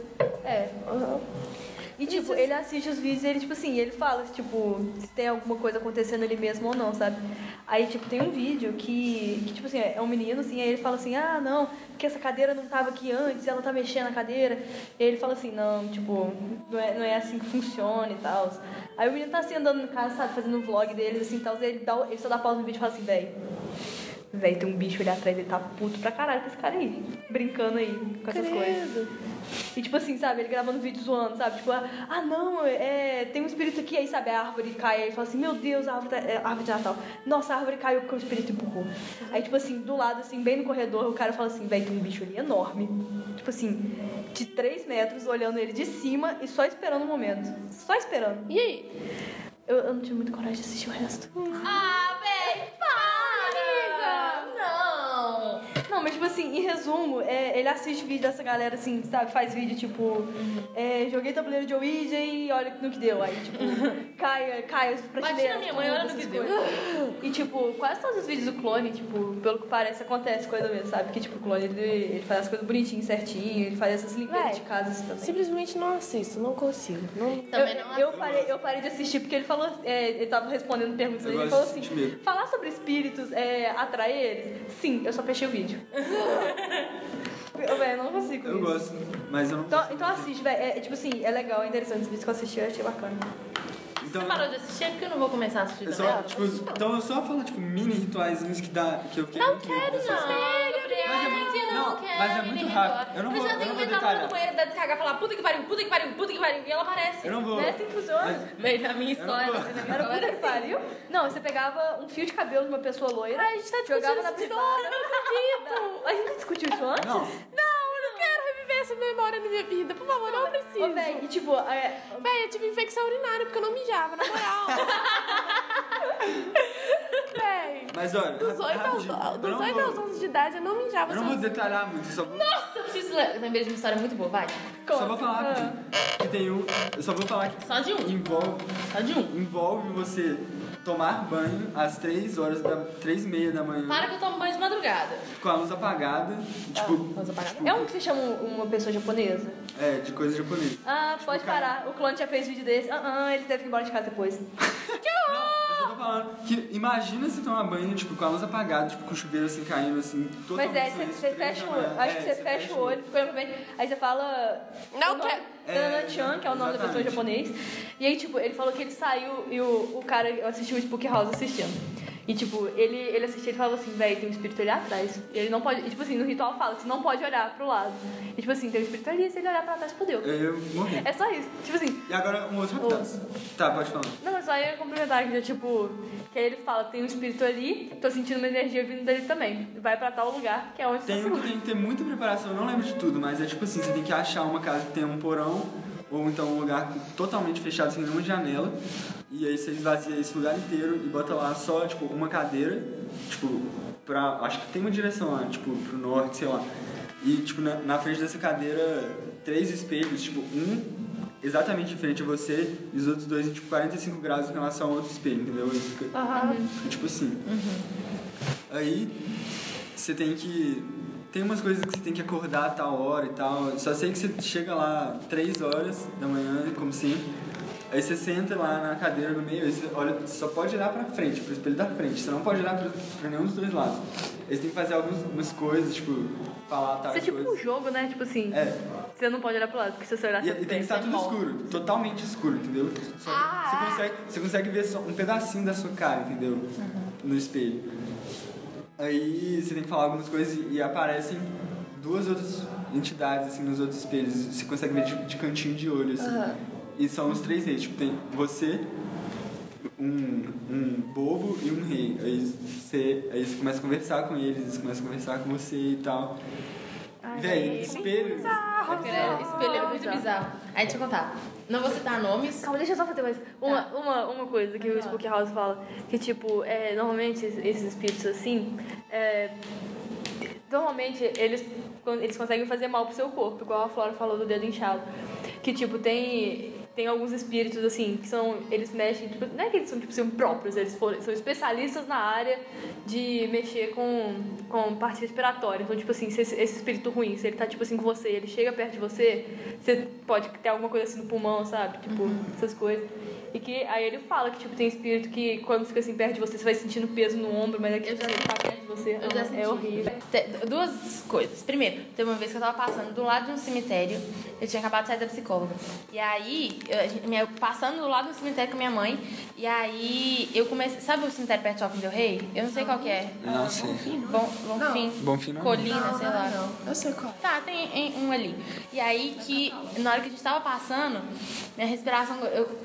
E, tipo, ele assiste os vídeos e ele, tipo assim, ele fala, tipo, se tem alguma coisa acontecendo ali mesmo ou não, sabe? Aí, tipo, tem um vídeo que tipo assim, é um menino, assim, aí ele fala assim, não, porque essa cadeira não tava aqui antes, ela tá mexendo na cadeira. E aí ele fala assim, não, tipo, não é assim que funciona e tal. Aí o menino tá assim, andando no casa, sabe, fazendo um vlog deles, assim, e tal, ele só dá pausa no vídeo e fala assim, véi, tem um bicho ali atrás, ele tá puto pra caralho com esse cara aí, brincando aí com essas coisas. E tipo assim, sabe, ele gravando vídeo zoando, sabe, tipo, não, tem um espírito aqui, aí sabe, a árvore cai, aí ele fala assim, meu Deus, a árvore de Natal, nossa, a árvore caiu porque o espírito empurrou. Aí tipo assim, do lado, assim, bem no corredor, o cara fala assim, véi, tem um bicho ali enorme, tipo assim, de 3 metros, olhando ele de cima e só esperando o momento, só esperando. E aí? Eu não tive muita coragem de assistir o resto. Ah, véi, para! Não! Não, mas tipo assim, em resumo, ele assiste vídeo dessa galera assim, sabe? Faz vídeo tipo, joguei tabuleiro de Ouija e olha no que deu. Aí, tipo, cai as prateleiras. Bati na minha mãe, olha no que deu. E tipo, quase todos os vídeos do clone, tipo, pelo que parece, acontece coisa mesmo, sabe? Que tipo, o clone ele faz as coisas bonitinhas, certinho, ele faz essas limpezas de casa assim também. Simplesmente não assisto, não consigo. Não... Também não Eu parei de assistir porque ele falou, ele tava respondendo perguntas, ele falou assim, falar sobre espíritos atrai eles? Sim, eu só fechei o vídeo. Eu não consigo. Eu gosto, mas eu não Então assiste, velho. Tipo assim, é legal, é interessante. Os vídeos que eu assisti, eu achei bacana. Então, você parou de assistir? É porque eu não vou começar a assistir também. Então eu só falo, tipo, mini rituaizinhos que eu fiquei Não muito quero, Mas é muito rápido. Eu não vou detalhar. No banheiro da descarga falar puta que pariu, puta que pariu, puta que pariu. E ela aparece. Eu não vou. Não é assim que funciona. Bem, na minha história. Era puta que pariu? Não, você pegava um fio de cabelo de uma pessoa loira. Ai, a gente tá jogava discutindo na isso de privada. novo, eu não acredito. A gente discutiu isso antes? Não. Não, eu não quero reviver essa memória na minha vida. Por favor, não preciso. Ô, véi, e tipo... Véi, eu tive infecção urinária porque eu não mijava, na moral. Véi. Mas olha, Dos 8 aos 11 de idade eu não mijava. Eu não vou detalhar muito, só vou... Nossa, eu preciso lembrei de uma história muito boa, vai. Só vou falar rapidinho. Que tem um... Eu só vou falar que... Só de um. Só de um. Envolve você tomar banho às 3h30 da manhã. Para que eu tomo banho de madrugada. Com a luz apagada. Tipo... Luz apagada? É um que se chama uma pessoa japonesa? É, de coisa japonesa. Ah, pode parar. O clone já fez vídeo desse. Ele teve que ir embora de casa depois. Eu só tô falando que imagina você tomar banho, tipo, com a luz apagada, tipo, com o chuveiro assim caindo, assim, totalmente Mas você fecha o olho. Acho que você fecha o olho, fica olhando pra mim. Aí você fala. Não quero. Tanana-chan, que é o nome da pessoa em japonês. E aí, tipo, ele falou que ele saiu e o cara assistiu o Spook House assistindo. E, tipo, ele assistiu e falava assim, velho, tem um espírito ali atrás. E ele não pode... E, tipo assim, no ritual fala que você não pode olhar pro lado. E, tipo assim, tem um espírito ali, se ele olhar pra trás, fodeu. Eu morri. É só isso. Tipo assim... E agora um outro pedaço. Tá, pode falar. Não, mas só eu ia complementar que, tipo... Que aí ele fala, tem um espírito ali, tô sentindo uma energia vindo dele também. Vai pra tal lugar, que é onde Tem você um que tem que ter muita preparação, eu não lembro de tudo, mas é tipo assim, você tem que achar uma casa que tenha um porão, ou então um lugar totalmente fechado, sem nenhuma janela, e aí você esvazia esse lugar inteiro e bota lá só, tipo, uma cadeira, tipo, acho que tem uma direção lá, tipo, pro norte, sei lá. E, tipo, na frente dessa cadeira, 3 espelhos, tipo, um exatamente em frente a você e os outros 2 em, tipo, 45 graus em relação ao outro espelho, entendeu? Aí fica, tipo assim. Aí, você tem que... Tem umas coisas que você tem que acordar a tal hora e tal. Só sei que você chega lá 3 horas da manhã, como sempre. Aí você senta lá na cadeira no meio, aí você olha, só pode olhar pra frente, pro espelho da frente. Você não pode olhar pra nenhum dos 2 lados. Aí você tem que fazer algumas coisas, tipo, falar tais coisas. Isso é tipo um jogo, né? Tipo assim, você não pode olhar pro lado, porque se você olhar... E tem que estar tudo escuro, totalmente escuro, entendeu? Você consegue ver só um pedacinho da sua cara, entendeu? No espelho. Aí você tem que falar algumas coisas e aparecem 2 outras entidades, assim, nos outros espelhos. Você consegue ver de cantinho de olho, assim. E são os 3 reis. Tipo, tem você, um bobo e um rei. Aí você começa a conversar com eles começam a conversar com você e tal. Véi, espelho... Espelho é muito bizarro. Aí, deixa eu contar. Não vou citar nomes. Calma, deixa eu só fazer mais uma coisa que o Spook House fala. Que, tipo, normalmente esses espíritos assim... normalmente eles conseguem fazer mal pro seu corpo. Igual a Flora falou do dedo inchado. Que, tipo, tem alguns espíritos, assim, que são... Eles mexem... Tipo, não é que eles são, tipo, são próprios. Eles são especialistas na área de mexer com parte respiratória. Então, tipo assim, se esse espírito ruim, se ele tá, tipo assim, com você, ele chega perto de você, você pode ter alguma coisa assim no pulmão, sabe? Tipo, essas coisas. E que aí ele fala que, tipo, tem espírito que quando fica assim perto de você, você vai sentindo peso no ombro, mas é que ele tá perto de você. É horrível. 2 coisas. Primeiro, teve uma vez que eu tava passando do lado de um cemitério, eu tinha acabado de sair da psicóloga. E aí, eu passando do lado do cemitério com minha mãe, e aí eu comecei... Sabe o cemitério perto do Shopping Del Rey? Eu não sei qual que é. Não sei. Bonfim, Colina, sei lá. Não, eu sei qual. Tá, tem um ali. E aí que, na hora que a gente tava passando, minha respiração...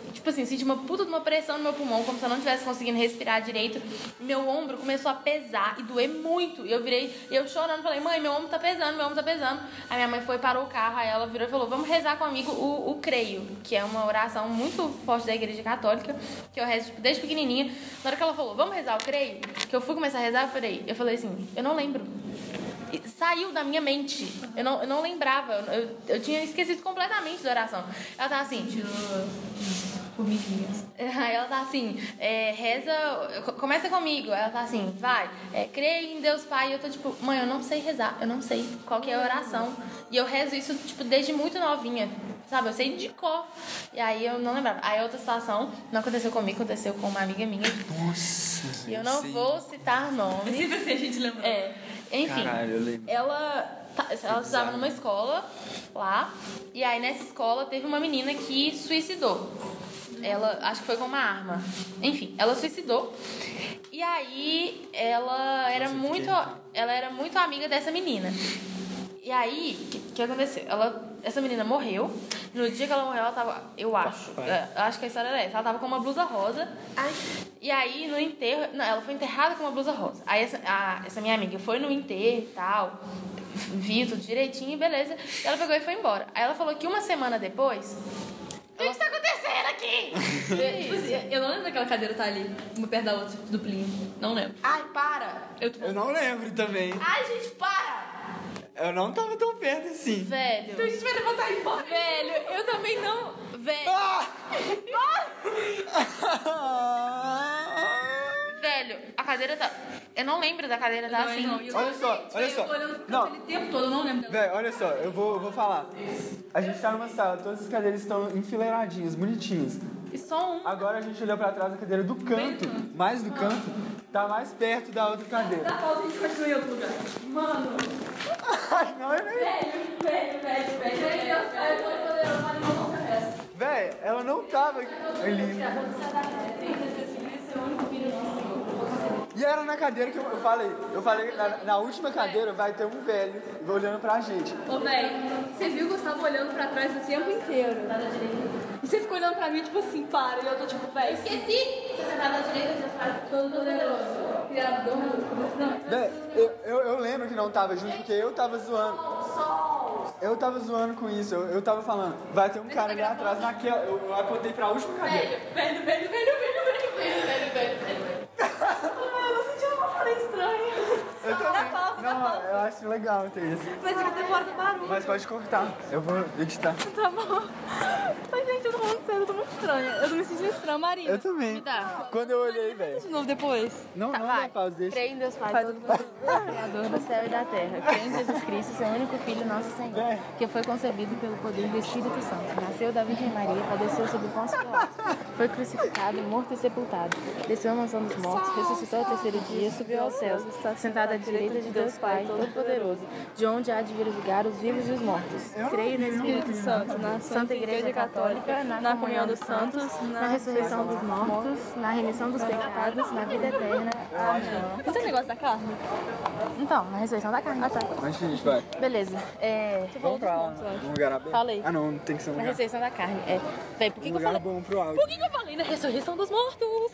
tipo assim, senti uma puta de uma pressão no meu pulmão, como se eu não estivesse conseguindo respirar direito. Meu ombro começou a pesar e doer muito. E eu virei, eu chorando, falei, mãe, meu ombro tá pesando, meu ombro tá pesando. Aí minha mãe foi, parou o carro, aí ela virou e falou, vamos rezar comigo o creio, que é uma oração muito forte da igreja católica, que eu rezo tipo, desde pequenininha. Na hora que ela falou, vamos rezar o creio, que eu fui começar a rezar, eu falei assim, eu não lembro. Saiu da minha mente. Eu não lembrava. Eu tinha esquecido completamente da oração. Ela tava assim... Formiguinhas. Aí ela tá assim, reza, começa comigo. Ela tá assim, vai, creia em Deus Pai. E eu tô tipo, mãe, eu não sei rezar, eu não sei qual que é a oração. E eu rezo isso, tipo, desde muito novinha, sabe? Eu sei de cor. E aí eu não lembrava. Aí outra situação, não aconteceu comigo, aconteceu com uma amiga minha. Nossa. E eu não vou citar nomes. Sempre assim a gente lembra. Enfim, caralho, eu lembro. ela estudava numa escola lá, e aí nessa escola teve uma menina que suicidou. Ela, acho que foi com uma arma. Enfim, ela suicidou. E aí ela era muito amiga dessa menina. E aí, o que aconteceu? Essa menina morreu. No dia que ela morreu, ela tava... Eu acho que a história era essa. Ela tava com uma blusa rosa. E aí, no enterro... Não, ela foi enterrada com uma blusa rosa. Aí, essa minha amiga foi no enterro e tal. Viu tudo direitinho, beleza. E ela pegou e foi embora. Aí, ela falou que uma semana depois... O que está acontecendo aqui? Eu não lembro daquela cadeira tá ali, uma perto da outra, duplinho. Não lembro. Ai, para! Eu não lembro também. Ai, gente, para! Eu não tava tão perto assim. Velho. Então a gente vai levantar e embora. Velho, eu também não... Velho. Velho, a cadeira tá... Eu não lembro da cadeira tá assim. Olha só. Eu tô olhando pro aquele tempo todo, eu não lembro dela. Velho, olha só, eu vou falar. A gente tá numa sala, todas as cadeiras estão enfileiradinhas, bonitinhas. E só um. Agora a gente olhou pra trás, a cadeira do canto, mais do canto, tá mais perto da outra cadeira. Dá pausa, a gente continua em outro lugar. Mano. Ai, não é nem... Velho. Véi, ela não tava ali. E era na cadeira que eu falei. Eu falei, na última cadeira vai ter um velho olhando pra gente. Ô, velho, você viu que eu estava olhando pra trás o tempo inteiro. E você ficou olhando pra mim, tipo assim, para. E eu tô tipo, velho. Esqueci! Você sentar na direita, você faz todo poderoso. Véi, eu lembro que não tava junto porque eu tava zoando. Eu tava zoando com isso. Eu tava falando, vai ter um cara ali atrás naquela. Eu apontei pra última cadeira. Velho. Eu senti uma palavra estranha. Eu também. Não, eu acho legal ter isso. Mas fica demora do barulho. Mas pode cortar. Eu vou editar. Tá bom. Mas, gente, eu tô falando sério, eu tô muito estranha. Eu tô me sentindo estranha, Marina. Eu também. Me dá. Quando eu olhei, velho. De novo depois. Não dá pausa, deixa. Creio em Deus Pai Todo-Poderoso, Criador do céu e da terra. Creio em Jesus Cristo, seu único Filho, nosso Senhor, que foi concebido pelo poder do Espírito Santo. Nasceu da Virgem Maria, padeceu sob Pôncio Pilatos, foi crucificado, morto e sepultado. Desceu à mansão dos mortos, ressuscitou ao terceiro dia, subiu aos céus, sentado à direita de Deus Pai Todo-Poderoso, de onde há de vir julgar os vivos e os mortos. Creio no Espírito Santo, na Santa Igreja Católica, na comunhão dos santos, na ressurreição dos mortos, na remissão dos pecados, na vida eterna. Amém. Esse é o negócio da carne? Então, na ressurreição da carne. Ah, tá. Mas a gente vai. Beleza. Vamos pra lá, num lugar aberto. Falei. Ah, não tem que ser um Na lugar. ressurreição da carne. Véi, por que, Um que eu lugar falei? bom pro áudio. Por que eu falei na ressurreição dos mortos?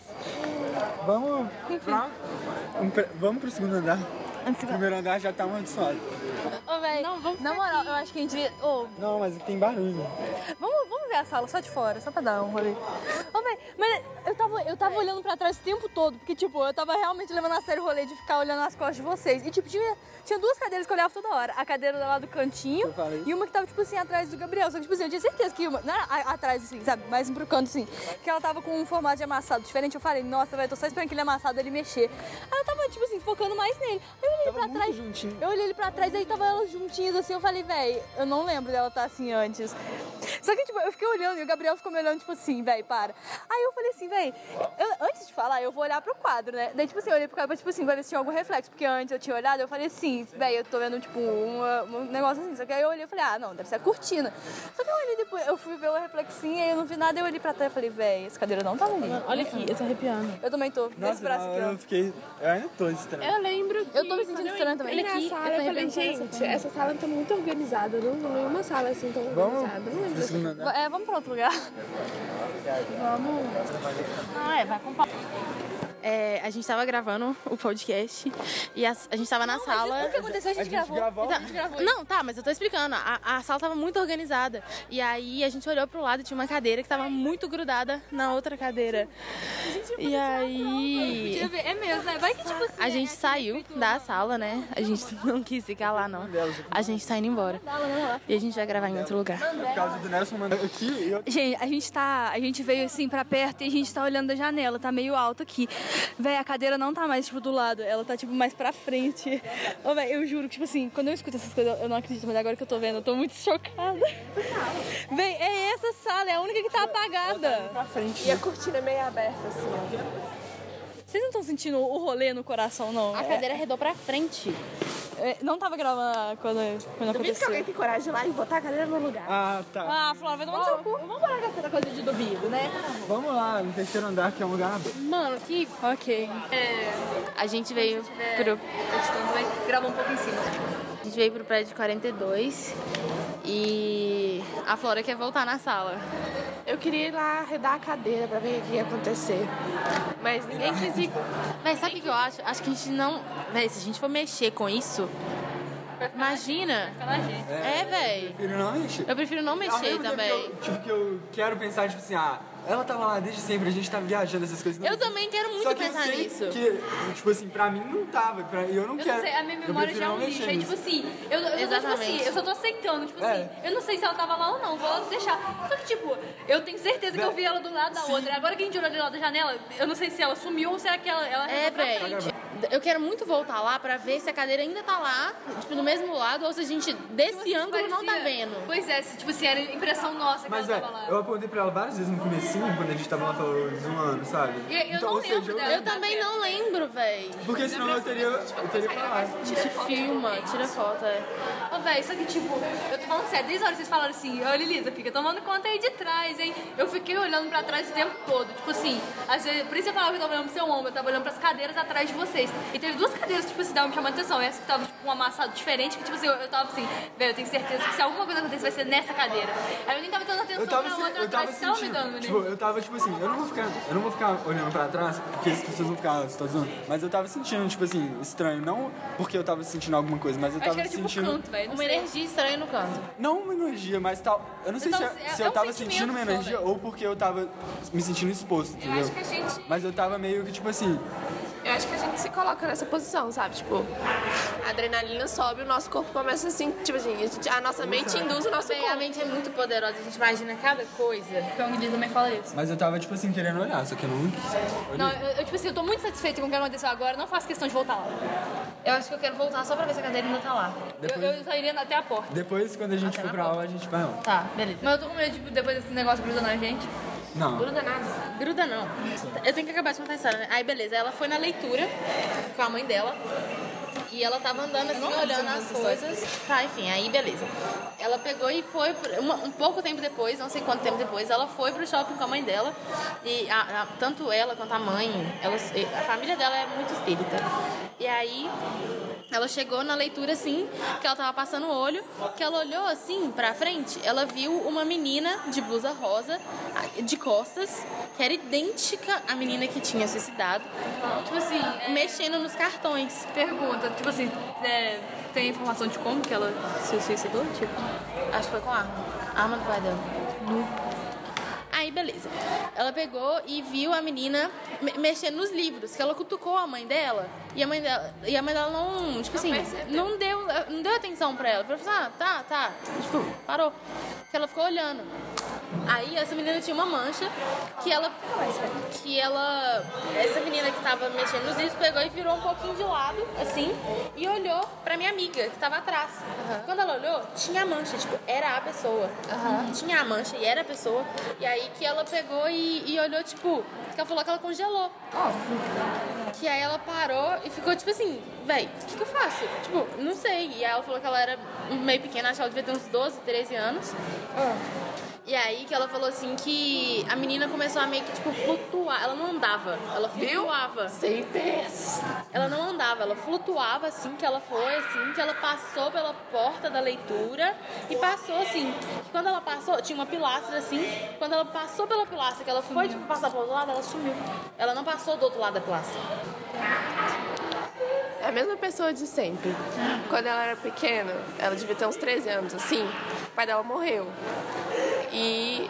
Vamos lá. Vamos pro segundo andar. O primeiro andar já tá amaldiçoado. Ô, véi, na moral, eu acho que a gente... Ô, Não, mas tem barulho. Vamos ver a sala só de fora, só pra dar um rolê. Ô, véi, mas eu tava olhando pra trás o tempo todo, porque, tipo, eu tava realmente levando a sério o rolê de ficar olhando as costas de vocês. E, tipo, tinha duas cadeiras que eu olhava toda hora. A cadeira lá do cantinho Eu falei. e uma que tava, tipo assim, atrás do Gabriel. Só que, tipo assim, eu tinha certeza que uma... Não era atrás, assim, sabe? Mais pro canto, assim. Que ela tava com um formato de amassado diferente. Eu falei, nossa, velho, tô só esperando aquele amassado ele mexer. Aí eu tava, tipo assim, focando mais nele. Aí eu olhei Tava pra muito trás. juntinho. Eu olhei ele pra trás, aí tava elas juntinhas, assim. Eu falei, velho, eu não lembro dela estar assim antes. Só que, tipo, eu fiquei olhando e o Gabriel ficou me olhando, tipo assim, velho, para. Aí eu falei assim, velho, antes de falar, eu vou olhar pro quadro, né? Daí, tipo assim, eu olhei pro quadro, tipo assim, pra ver se tinha algum reflexo. Porque antes eu tinha olhado, eu falei assim, velho, eu tô vendo, tipo, um negócio assim. Só que aí eu olhei e falei, ah, não, deve ser a cortina. Só que eu olhei depois, eu fui ver o reflexinho, aí eu não vi nada, eu olhei pra trás e falei, velho, essa cadeira não tá ali. olha aqui, eu tô arrepiando. Eu também tô, Nossa, esse braço na aqui, hora ó. eu fiquei... Eu ainda tô estranho. Eu lembro que... Eu tô me sentindo estranha também. Olha aqui, eu falei, gente, essa sala tá muito organizada. Eu não vi uma sala assim tão Vamos organizada. Não lembro pro dessa segundo andar. Vamos pra outro lugar. Vamos. Vai com pau. A gente tava gravando o podcast e a gente tava na sala. O que aconteceu? A gente gravou. Não, tá, mas eu tô explicando. A sala tava muito organizada. E aí a gente olhou pro lado e tinha uma cadeira que tava muito grudada na outra cadeira. E aí. É mesmo, né? Vai que tipo assim. A gente saiu da sala, né? A gente não quis ficar lá, não. A gente tá indo embora. E a gente vai gravar em outro lugar. Por causa do Nelson mandando aqui e eu... Gente, a gente veio assim pra perto e a gente tá olhando da janela, tá meio alto aqui. Véi, a cadeira não tá mais, tipo, do lado, ela tá, tipo, mais pra frente. Ô, véi, eu juro que, tipo assim, quando eu escuto essas coisas, eu não acredito, mas agora que eu tô vendo, eu tô muito chocada. Véi, é essa sala, é a única que tá apagada. E a cortina é meio aberta, assim, ó. Vocês não estão sentindo o rolê no coração, não? A cadeira arredou pra frente. Não tava gravando quando aconteceu. Que alguém tem coragem de ir lá e botar a cadeira no lugar. Ah, tá. Ah, Flávia, vai tomar no seu cu. Vamos parar com essa coisa de duvido, né? Vamos lá, no terceiro andar, que é um lugar aberto. Mano, que... Ok. A gente veio pro... Vai gravar um pouco em cima. A gente veio pro prédio 42 e a Flora quer voltar na sala. Eu queria ir lá arredar a cadeira pra ver o que ia acontecer. Mas ninguém quis ir. Mas sabe o que eu acho? Acho que a gente não... Véi, se a gente for mexer com isso... Imagina. Véi. Eu prefiro não mexer também. Que eu quero pensar, tipo assim, ela tava lá desde sempre, a gente tava viajando essas coisas. Eu também quero muito pensar nisso. Que, tipo assim, pra mim não tava, eu não quero. Eu não sei, a minha memória já é um lixo. Aí, tipo assim, eu só tô aceitando, tipo assim, eu não sei se ela tava lá ou não, vou deixar. Só que, tipo, eu tenho certeza que eu vi ela do lado da outra. Agora que a gente olhou do lado da janela, eu não sei se ela sumiu ou se é que ela véi. Eu quero muito voltar lá pra ver se a cadeira ainda tá lá, tipo, no mesmo lado, ou se a gente, desse ângulo, não tá vendo. Pois é, tipo assim, era impressão nossa que ela tava lá. Eu apontei pra ela várias vezes no comecinho, quando a gente tava lá zoando, sabe? Eu não lembro dela. Eu também não lembro, véi. Porque senão eu teria falado. Te filma, tira foto, Ô, véi, só que, tipo, eu tô falando sério, desde a hora que vocês falaram assim, ô, Lilisa, fica tomando conta aí de trás, hein? Eu fiquei olhando pra trás o tempo todo, tipo assim, às vezes, por isso eu falava que eu tava olhando pro seu ombro, eu tava olhando pras cadeiras atrás de vocês. E teve duas cadeiras, tipo assim, davam me chamando atenção. Essa que tava, tipo, um amassado diferente, que, tipo assim, eu tava assim, velho, eu tenho certeza que se alguma coisa acontecer vai ser nessa cadeira. Aí eu nem tava dando atenção pra outra atrás que tava me dando, tipo, eu tava, tipo assim, eu não vou ficar olhando pra trás, porque as pessoas vão ficar, você tá zoando. Mas eu tava sentindo, tipo assim, estranho. Não porque eu tava sentindo alguma coisa, mas eu tava sentindo... Tipo canto, véio, uma energia estranha no canto. Não uma energia, mas tal. Eu não sei se eu tava sentindo uma energia ou porque eu tava me sentindo exposto, entendeu? Eu acho que a gente... Mas eu tava meio que, tipo assim... Eu acho que a gente se coloca nessa posição, sabe? Tipo, a adrenalina sobe, o nosso corpo começa assim, tipo assim, a nossa mente induz o nosso corpo. A mente é muito poderosa, a gente imagina cada coisa. Então, o Gui também fala isso. Mas eu tava, tipo assim, querendo olhar, só que eu não quis. Não, eu tipo assim, eu tô muito satisfeita com o que aconteceu agora, não faço questão de voltar lá. Eu acho que eu quero voltar só pra ver se a cadeira ainda tá lá. Eu só iria até a porta. Depois, quando a gente for pra aula, a gente vai lá. Tá, beleza. Mas eu tô com medo, tipo, depois desse negócio grudando na gente. Não. Gruda nada. Gruda não. Eu tenho que acabar de contar a história, né? Aí, beleza, ela foi na leitura com a mãe dela. E ela tava andando assim, olhando as coisas. Tá, enfim, aí beleza. Ela pegou e foi, um pouco tempo depois, não sei quanto tempo depois, ela foi pro shopping com a mãe dela. E tanto ela quanto a mãe, a família dela é muito espírita. E aí... Ela chegou na leitura, assim, que ela tava passando o olho, que ela olhou, assim, pra frente, ela viu uma menina de blusa rosa, de costas, que era idêntica à menina que tinha suicidado. Tipo assim, mexendo nos cartões. Pergunta, tipo assim, tem informação de como que ela se suicidou? Tipo? Acho que foi com a arma do pai dela. Aí, beleza. Ela pegou e viu a menina mexendo nos livros, que ela cutucou a mãe dela, e a mãe dela não, tipo assim, não deu atenção pra ela. Falou assim, tá. Tipo, parou. Que ela ficou olhando. Aí, essa menina tinha uma mancha essa menina que tava mexendo nos livros pegou e virou um pouquinho de lado, assim, e olhou pra minha amiga, que tava atrás. Quando ela olhou, tinha a mancha, tipo, era a pessoa. Tinha a mancha e era a pessoa. E aí que ela pegou e olhou, tipo, que ela falou que ela congelou. Que aí ela parou e ficou, tipo assim, véi, o que eu faço? Tipo, não sei. E aí ela falou que ela era meio pequena, acho que ela devia ter uns 12, 13 anos. E aí que ela falou assim que a menina começou a meio que, tipo, flutuar. Ela não andava, ela flutuava. Sem pés. Ela não andava, ela flutuava assim que ela foi, assim, que ela passou pela porta da leitura e passou assim. Que quando ela passou, tinha uma pilastra assim, quando ela passou pela pilastra, que ela foi, tipo, passar pro outro lado, ela sumiu. Ela não passou do outro lado da pilastra. É a mesma pessoa de sempre. Quando ela era pequena, ela devia ter uns 13 anos, assim, o pai dela morreu. E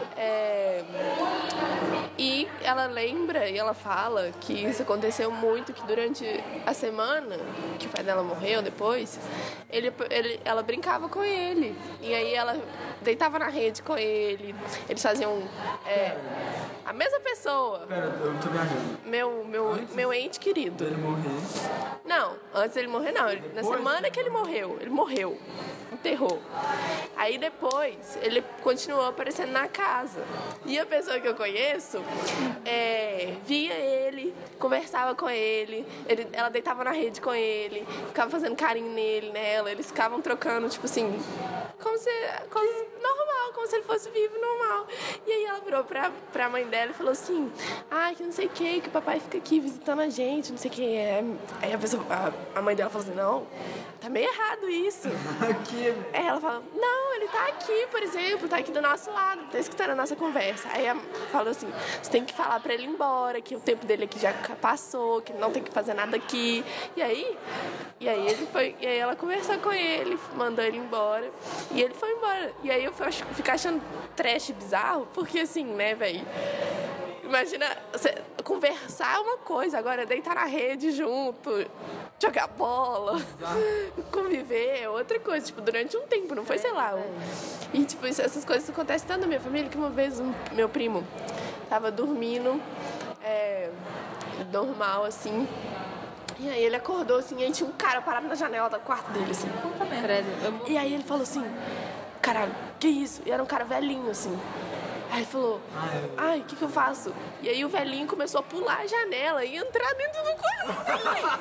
ela lembra e ela fala que isso aconteceu muito, que durante a semana que o pai dela morreu depois, ela brincava com ele. E aí ela deitava na rede com ele, eles faziam... a mesma pessoa. Pera, eu tô viajando. Meu ente querido. Ele morrer. Não, antes dele morrer não. Na semana que ele morreu. Enterrou. Aí depois ele continuou aparecendo na casa. E a pessoa que eu conheço via ele, conversava com ele, ela deitava na rede com ele, ficava fazendo carinho nela, eles ficavam trocando, tipo assim, como se ele fosse vivo, normal. E aí ela virou pra mãe dela e falou assim, que não sei o que o papai fica aqui visitando a gente, não sei o que. Aí a mãe dela falou assim, não, tá meio errado isso. Aqui. Aí ela fala, não, ele tá aqui, por exemplo, tá aqui do nosso lado, tá escutando a nossa conversa. Aí ela falou assim, você tem que falar pra ele ir embora, que o tempo dele aqui já passou, que ele não tem que fazer nada aqui. E aí ela conversou com ele, mandou ele embora, e ele foi embora. E aí eu fico achando trash bizarro, porque assim, né, velho? Imagina, conversar é uma coisa, agora deitar na rede junto, jogar bola, conviver é outra coisa, tipo, durante um tempo, não foi, sei lá. E, tipo, essas coisas acontecem tanto na minha família que uma vez meu primo tava dormindo, normal, assim, e aí ele acordou, assim, e aí tinha um cara parado na janela do quarto dele, assim. E aí ele falou assim, caralho, que isso? E era um cara velhinho, assim. Aí ele falou, o que eu faço? E aí o velhinho começou a pular a janela e entrar dentro do quarto.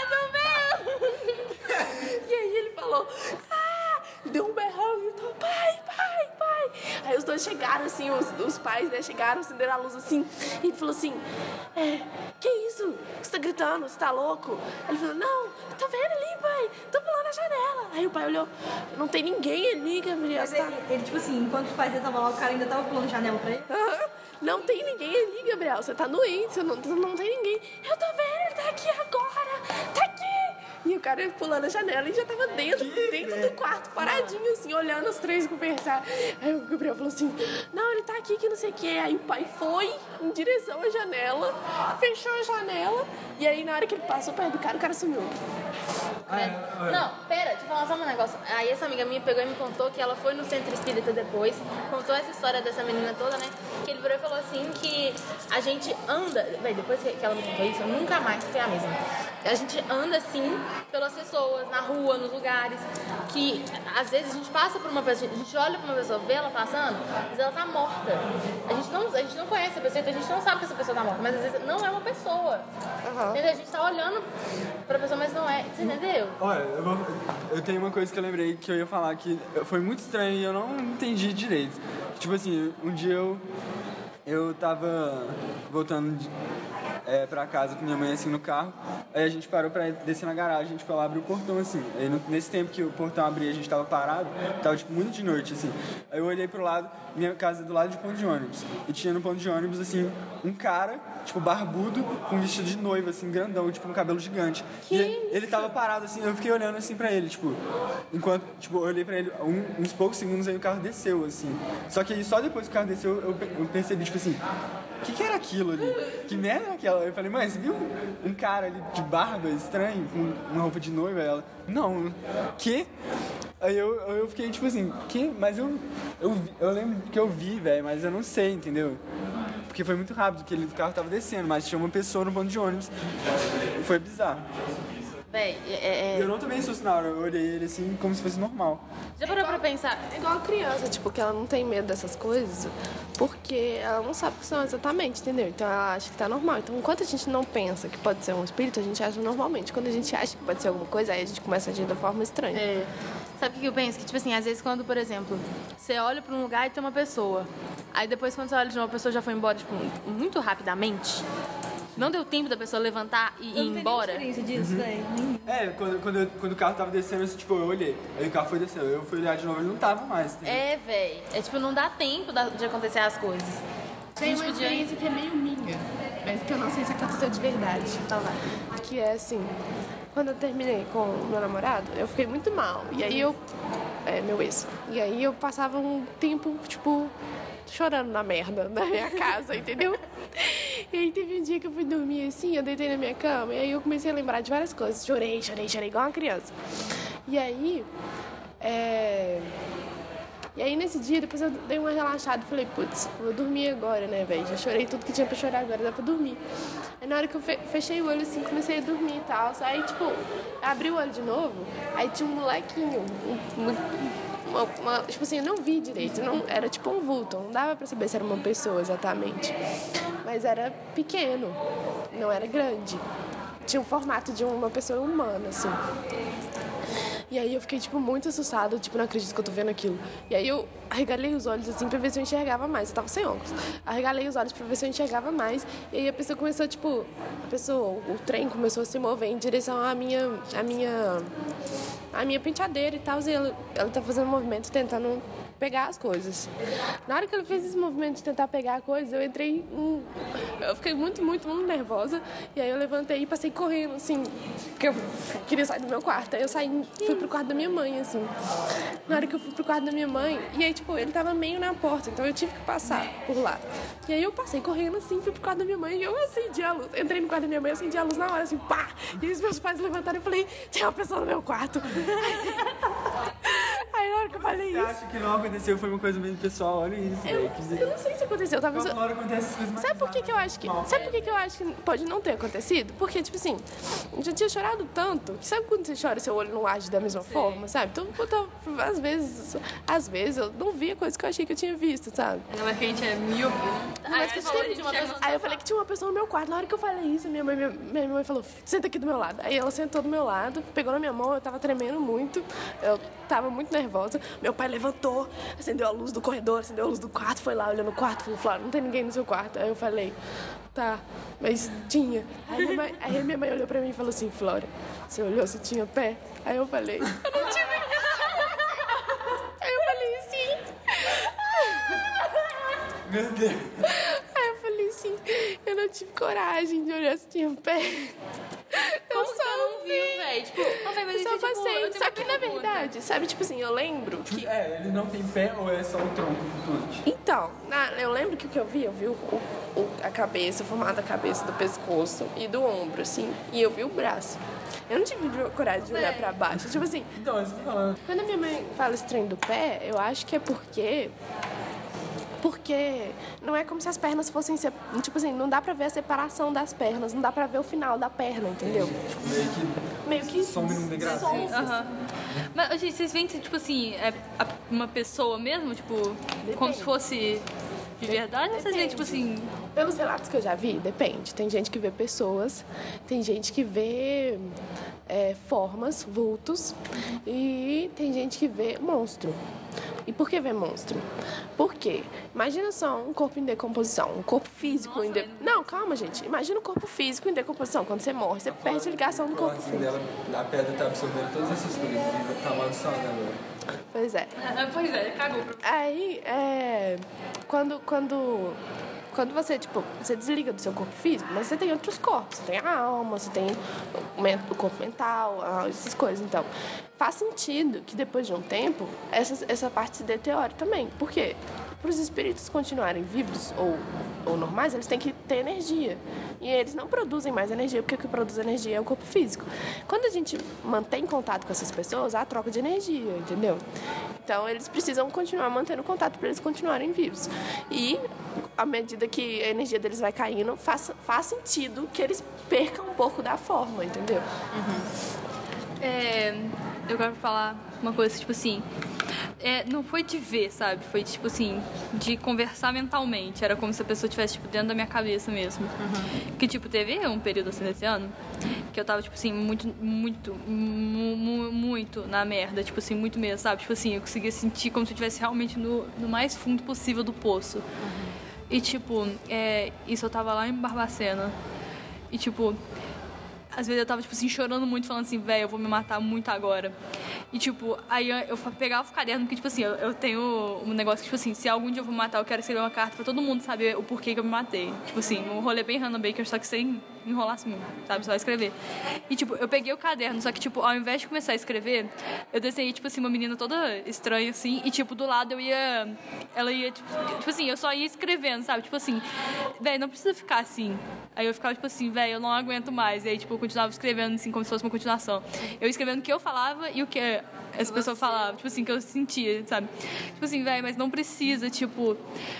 E aí ele falou, deu um berrão e gritou, pai. Aí os dois chegaram, assim, os pais, né, chegaram, acenderam a luz, assim, e ele falou assim, que isso? Você tá gritando? Você tá louco? Ele falou, não, tô vendo ali, pai, tô pulando a janela. Aí o pai olhou, não tem ninguém ali, Gabriel. Mas ele, tipo assim, enquanto os pais dele estavam lá, o cara ainda tava pulando a janela pra ele? Não tem ninguém ali, Gabriel, você tá doente, não tem ninguém. Eu tô vendo, ele tá aqui agora, tá aqui. E o cara pulando a janela e já tava dentro do quarto, paradinho, assim, olhando os três conversar. Aí o Gabriel falou assim, não, ele tá aqui, que não sei o que. Aí o pai foi em direção à janela, fechou a janela, e aí na hora que ele passou perto do cara, o cara sumiu. Não, pera, deixa eu falar só um negócio. Aí essa amiga minha pegou e me contou que ela foi no centro espírita depois, contou essa história dessa menina toda, né? Que ele virou e falou assim que a gente anda, depois que ela me contou isso, eu nunca mais fui a mesma. A gente anda assim pelas pessoas, na rua, nos lugares, que às vezes a gente passa por uma pessoa, a gente olha pra uma pessoa, vê ela passando, mas ela tá morta. A gente não conhece a pessoa, então a gente não sabe que essa pessoa tá morta, mas às vezes não é uma pessoa. Entendeu? A gente tá olhando pra pessoa, mas não é. Você entendeu? Olha, eu tenho uma coisa que eu lembrei que eu ia falar que foi muito estranho e eu não entendi direito. Tipo assim, um dia eu tava voltando pra casa com minha mãe, assim, no carro. Aí a gente parou pra descer na garagem, a gente foi lá abrir o portão, assim. Aí nesse tempo que o portão abria, a gente tava parado, tava, tipo, muito de noite, assim. Aí eu olhei pro lado, minha casa é do lado de ponto de ônibus. E tinha no ponto de ônibus, assim, um cara, tipo, barbudo, com um vestido de noiva, assim, grandão, tipo, um cabelo gigante. E ele tava parado, assim, eu fiquei olhando, assim, pra ele, tipo... Enquanto, tipo, eu olhei pra ele uns poucos segundos, aí o carro desceu, assim. Só que aí, só depois que o carro desceu, eu percebi, tipo assim... O que era aquilo ali? Que merda era aquela? Eu falei, mãe, você viu um cara ali de barba estranho, com uma roupa de noiva? Ela, não. Que? Aí eu fiquei tipo assim, que? Mas eu lembro que eu vi, velho, mas eu não sei, entendeu? Porque foi muito rápido, que o carro tava descendo, mas tinha uma pessoa no ponto de ônibus. Foi bizarro. Véi, Eu não tomei susto na hora, eu olhei ele assim como se fosse normal. Já parou pra pensar? É igual a criança, tipo, que ela não tem medo dessas coisas, porque ela não sabe o que são exatamente, entendeu? Então ela acha que tá normal. Então enquanto a gente não pensa que pode ser um espírito, a gente age normalmente. Quando a gente acha que pode ser alguma coisa, aí a gente começa a agir da forma estranha. Sabe o que eu penso? Que, tipo assim, às vezes quando, por exemplo, você olha pra um lugar e tem uma pessoa, aí depois quando você olha de novo, a pessoa já foi embora, tipo, muito rapidamente, não deu tempo da pessoa levantar e ir embora. Disso, velho. Quando o carro tava descendo, tipo, eu olhei. Aí o carro foi descendo. Eu fui olhar de novo e não tava mais. Entendeu? Véi. É tipo, não dá tempo de acontecer as coisas. Tem uma experiência que é meio minha, mas que eu não sei se aconteceu de verdade. Que é assim, quando eu terminei com o meu namorado, eu fiquei muito mal. E aí meu ex. E aí eu passava um tempo, tipo, chorando na merda da minha casa, entendeu? E aí teve um dia que eu fui dormir assim, eu deitei na minha cama, e aí eu comecei a lembrar de várias coisas. Chorei igual uma criança. E aí, nesse dia, depois eu dei uma relaxada e falei, putz, vou dormir agora, né, velho? Já chorei tudo que tinha pra chorar agora, dá pra dormir. Aí na hora que eu fechei o olho assim, comecei a dormir e tal. Aí, tipo, abri o olho de novo, aí tinha um molequinho, tipo assim, eu não vi direito, era tipo um vulto, não dava pra saber se era uma pessoa exatamente, mas era pequeno, não era grande, tinha o formato de uma pessoa humana, assim. E aí eu fiquei, tipo, muito assustada, tipo, não acredito que eu tô vendo aquilo. E aí eu arregalei os olhos, assim, pra ver se eu enxergava mais. Eu tava sem óculos. Arregalei os olhos pra ver se eu enxergava mais. E aí a pessoa começou, tipo, o trem começou a se mover em direção à minha penteadeira e tal. E ela tá fazendo um movimento tentando pegar as coisas. Na hora que ela fez esse movimento de tentar pegar a coisa, eu entrei eu fiquei muito, muito, muito nervosa. E aí eu levantei e passei correndo, assim, porque eu queria sair do meu quarto. Aí eu fui pro quarto da minha mãe, assim. Na hora que eu fui pro quarto da minha mãe, e aí, tipo, ele tava meio na porta, então eu tive que passar por lá. E aí eu passei correndo, assim, fui pro quarto da minha mãe e eu acendi a luz. Entrei no quarto da minha mãe, acendi a luz na hora, assim, pá! E aí os meus pais levantaram e eu falei, tem uma pessoa no meu quarto. Aí na hora que eu falei isso... Você acha que não aconteceu, foi uma coisa meio pessoal, olha isso. Eu não sei se aconteceu, talvez... Toda hora acontece essas coisas mais... Sabe por que eu acho que... Sabe por que eu acho que pode não ter acontecido? Porque, tipo assim, eu já tinha chorado tanto, que sabe quando você chora e seu olho não age da mesma forma, sabe? Então, às vezes eu não via coisa que eu achei que eu tinha visto, sabe? Não, mas que a gente é míope. Aí eu falei que tinha uma pessoa no meu quarto. Na hora que eu falei isso, minha mãe falou, senta aqui do meu lado. Aí ela sentou do meu lado, pegou na minha mão, eu tava tremendo muito, eu tava muito nervosa. Meu pai levantou, acendeu a luz do corredor, acendeu a luz do quarto, foi lá, olhou no quarto, falou, Flora, não tem ninguém no seu quarto. Aí eu falei, tá, mas tinha. Aí minha mãe olhou pra mim e falou assim, Flora, você olhou se tinha pé? Aí eu falei, eu não tive. Aí eu falei assim. Meu Deus. Aí eu falei assim, eu não tive coragem de olhar se tinha pé. Como que você não viu, velho? Tipo, eu só passei. Só que na verdade, sabe, tipo assim, eu lembro que... ele não tem pé ou é só o tronco flutuante? Então, eu lembro que o que eu vi a cabeça, o formato da cabeça, do pescoço e do ombro, assim, e eu vi o braço. Eu não tive coragem de olhar pra baixo. Tipo assim, Então, é isso que eu tô falando. quando a minha mãe fala esse trem do pé, eu acho que é porque não é como se as pernas fossem... Tipo assim, não dá pra ver a separação das pernas, não dá pra ver o final da perna, entendeu? Meio que some num degrau. Mas, gente, vocês veem, tipo assim, uma pessoa mesmo, tipo, como se fosse de verdade? Ou vocês veem, tipo assim... Pelos relatos que eu já vi, depende. Tem gente que vê pessoas, tem gente que vê formas, vultos, e tem gente que vê monstro. E por que vê monstro? Por quê? Imagina só um corpo em decomposição, um corpo físico Não, calma, gente. Imagina um corpo físico em decomposição. Quando você morre, você perde a ligação do corpo físico. A pedra tá absorvendo todas essas coisas e tá amaldiçoando agora. Pois é. Pois é, cagou. Aí, quando você, tipo, você desliga do seu corpo físico, mas você tem outros corpos. Você tem a alma, você tem o corpo mental, essas coisas. Então, faz sentido que depois de um tempo, essa parte se deteriore também. Por quê? Para os espíritos continuarem vivos ou normais, eles têm que ter energia. E eles não produzem mais energia, porque o que produz energia é o corpo físico. Quando a gente mantém contato com essas pessoas, há troca de energia, entendeu? Então, eles precisam continuar mantendo contato para eles continuarem vivos. E, à medida que a energia deles vai caindo, faz sentido que eles percam um pouco da forma, entendeu? Eu quero falar uma coisa, tipo assim... não foi de ver, sabe? Foi, tipo assim, de conversar mentalmente. Era como se a pessoa estivesse, tipo, dentro da minha cabeça mesmo. Que, tipo, teve um período, assim, desse ano, que eu tava, tipo assim, muito na merda. Tipo assim, muito mesmo, sabe? Tipo assim, eu conseguia sentir como se eu estivesse realmente no mais fundo possível do poço. E, tipo, isso eu tava lá em Barbacena. E, tipo, às vezes eu tava, tipo assim, chorando muito, falando assim, velho, eu vou me matar muito agora. E, tipo, aí eu pegava o caderno, porque, tipo assim, eu tenho um negócio que, tipo assim, se algum dia eu vou me matar, eu quero escrever uma carta pra todo mundo saber o porquê que eu me matei. Tipo assim, um rolê bem Hannah Baker, só que sem enrolar assim, sabe? Só escrever. E, tipo, eu peguei o caderno, só que, tipo, ao invés de começar a escrever, eu desenhei, tipo assim, uma menina toda estranha, assim, e, tipo, do lado ela ia, tipo assim, eu só ia escrevendo, sabe? Tipo assim, velho, não precisa ficar assim. Aí eu ficava, tipo assim, velho, eu não aguento mais. E aí, tipo, eu continuava escrevendo, assim, como se fosse uma continuação. Eu escrevendo o que eu falava e o que essa pessoa falava, tipo assim, que eu sentia, sabe? Tipo assim, velho, mas não precisa, tipo,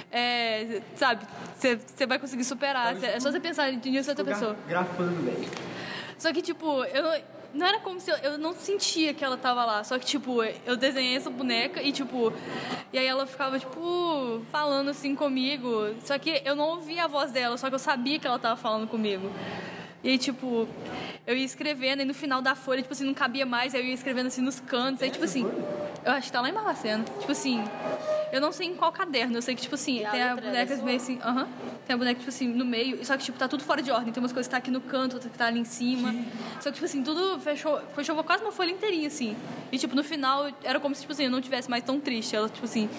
sabe? Você vai conseguir superar. É só você pensar nisso outra pessoa. Grafando, velho. Só que, tipo, não era como se eu não sentia que ela tava lá. Só que, tipo, eu desenhei essa boneca e, tipo... E aí ela ficava, tipo, falando assim comigo. Só que eu não ouvia a voz dela, só que eu sabia que ela tava falando comigo. E aí, tipo, eu ia escrevendo e no final da folha, tipo assim, não cabia mais. Aí eu ia escrevendo assim nos cantos. Aí, tipo assim, eu acho que tá lá em Barbacena. Tipo assim, eu não sei em qual caderno. Eu sei que, tipo assim, tem a boneca meio assim... Tem a boneca, tipo assim, no meio. Só que, tipo, tá tudo fora de ordem. Tem umas coisas que tá aqui no canto, outras que tá ali em cima. Só que, tipo assim, tudo fechou quase uma folha inteirinha, assim. E, tipo, no final, era como se, tipo assim, eu não tivesse mais tão triste. Ela, tipo assim,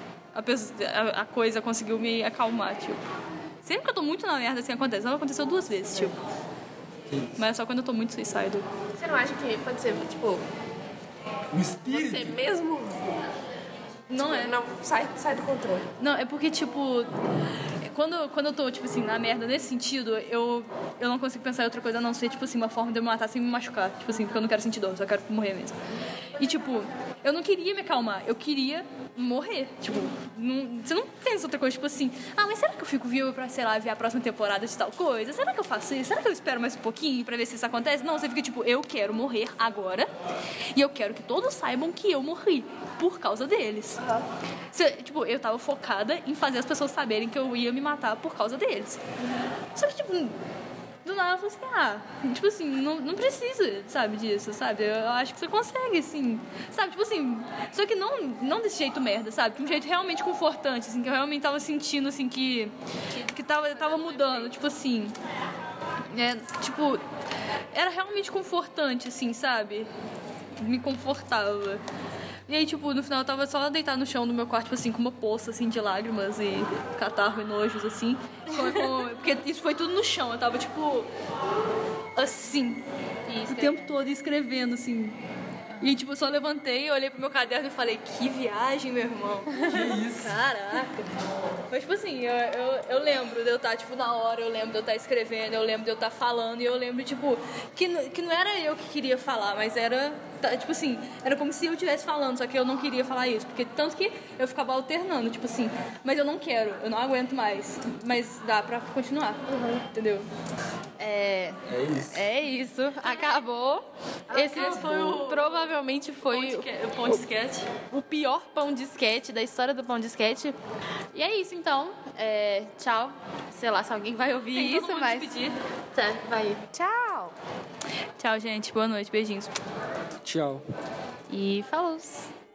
a coisa conseguiu me acalmar, tipo. Sempre que eu tô muito na merda, assim, acontece. Ela aconteceu 2 vezes, tipo. Mas é só quando eu tô muito suicídio. Você não acha que pode ser, tipo... Um espírito? Você mesmo... Não tipo, não, sai do controle. Não, é porque, tipo... Quando eu tô, tipo assim, na merda nesse sentido, eu não consigo pensar em outra coisa a não ser, tipo assim, uma forma de eu me matar sem me machucar. Tipo assim, porque eu não quero sentir dor, eu só quero morrer mesmo. E, tipo, eu não queria me acalmar, eu queria morrer. Tipo, você não pensa outra coisa, tipo assim, mas será que eu fico viva pra, sei lá, ver a próxima temporada de tal coisa? Será que eu faço isso? Será que eu espero mais um pouquinho pra ver se isso acontece? Não, você fica, tipo, eu quero morrer agora e eu quero que todos saibam que eu morri por causa deles. Tipo, eu tava focada em fazer as pessoas saberem que eu ia me matar por causa deles. Só que, tipo, do nada eu falei assim, tipo assim, não precisa, sabe, disso, sabe? Eu acho que você consegue, assim, sabe? Tipo assim, só que não desse jeito merda, sabe? De um jeito realmente confortante, assim, que eu realmente tava sentindo, assim, que tava mudando, tipo assim, tipo, era realmente confortante, assim, sabe? Me confortava. E aí, tipo, no final eu tava só deitada no chão do meu quarto, tipo assim, com uma poça, assim, de lágrimas e catarro e nojos, assim. Porque isso foi tudo no chão. Eu tava, tipo, assim, o tempo todo escrevendo, assim. E, tipo, eu só levantei, olhei pro meu caderno e falei, que viagem, meu irmão. Que isso? Caraca. Mas, tipo assim, eu lembro de eu estar, tipo, na hora, eu lembro de eu estar escrevendo, eu lembro de eu estar falando, e eu lembro, tipo, que não era eu que queria falar, mas era, tipo assim, era como se eu estivesse falando, só que eu não queria falar isso, porque tanto que eu ficava alternando, tipo assim, mas eu não quero, eu não aguento mais, mas dá pra continuar, entendeu? É isso. Acabou. Esse provavelmente foi o pão de esquete. O pior pão de esquete da história do pão de esquete. E é isso, então. Tchau. Sei lá se alguém vai ouvir Tem isso, todo mundo mas... despedir. Tá, vai. Tchau. Tchau, gente. Boa noite. Beijinhos. Tchau. E falou.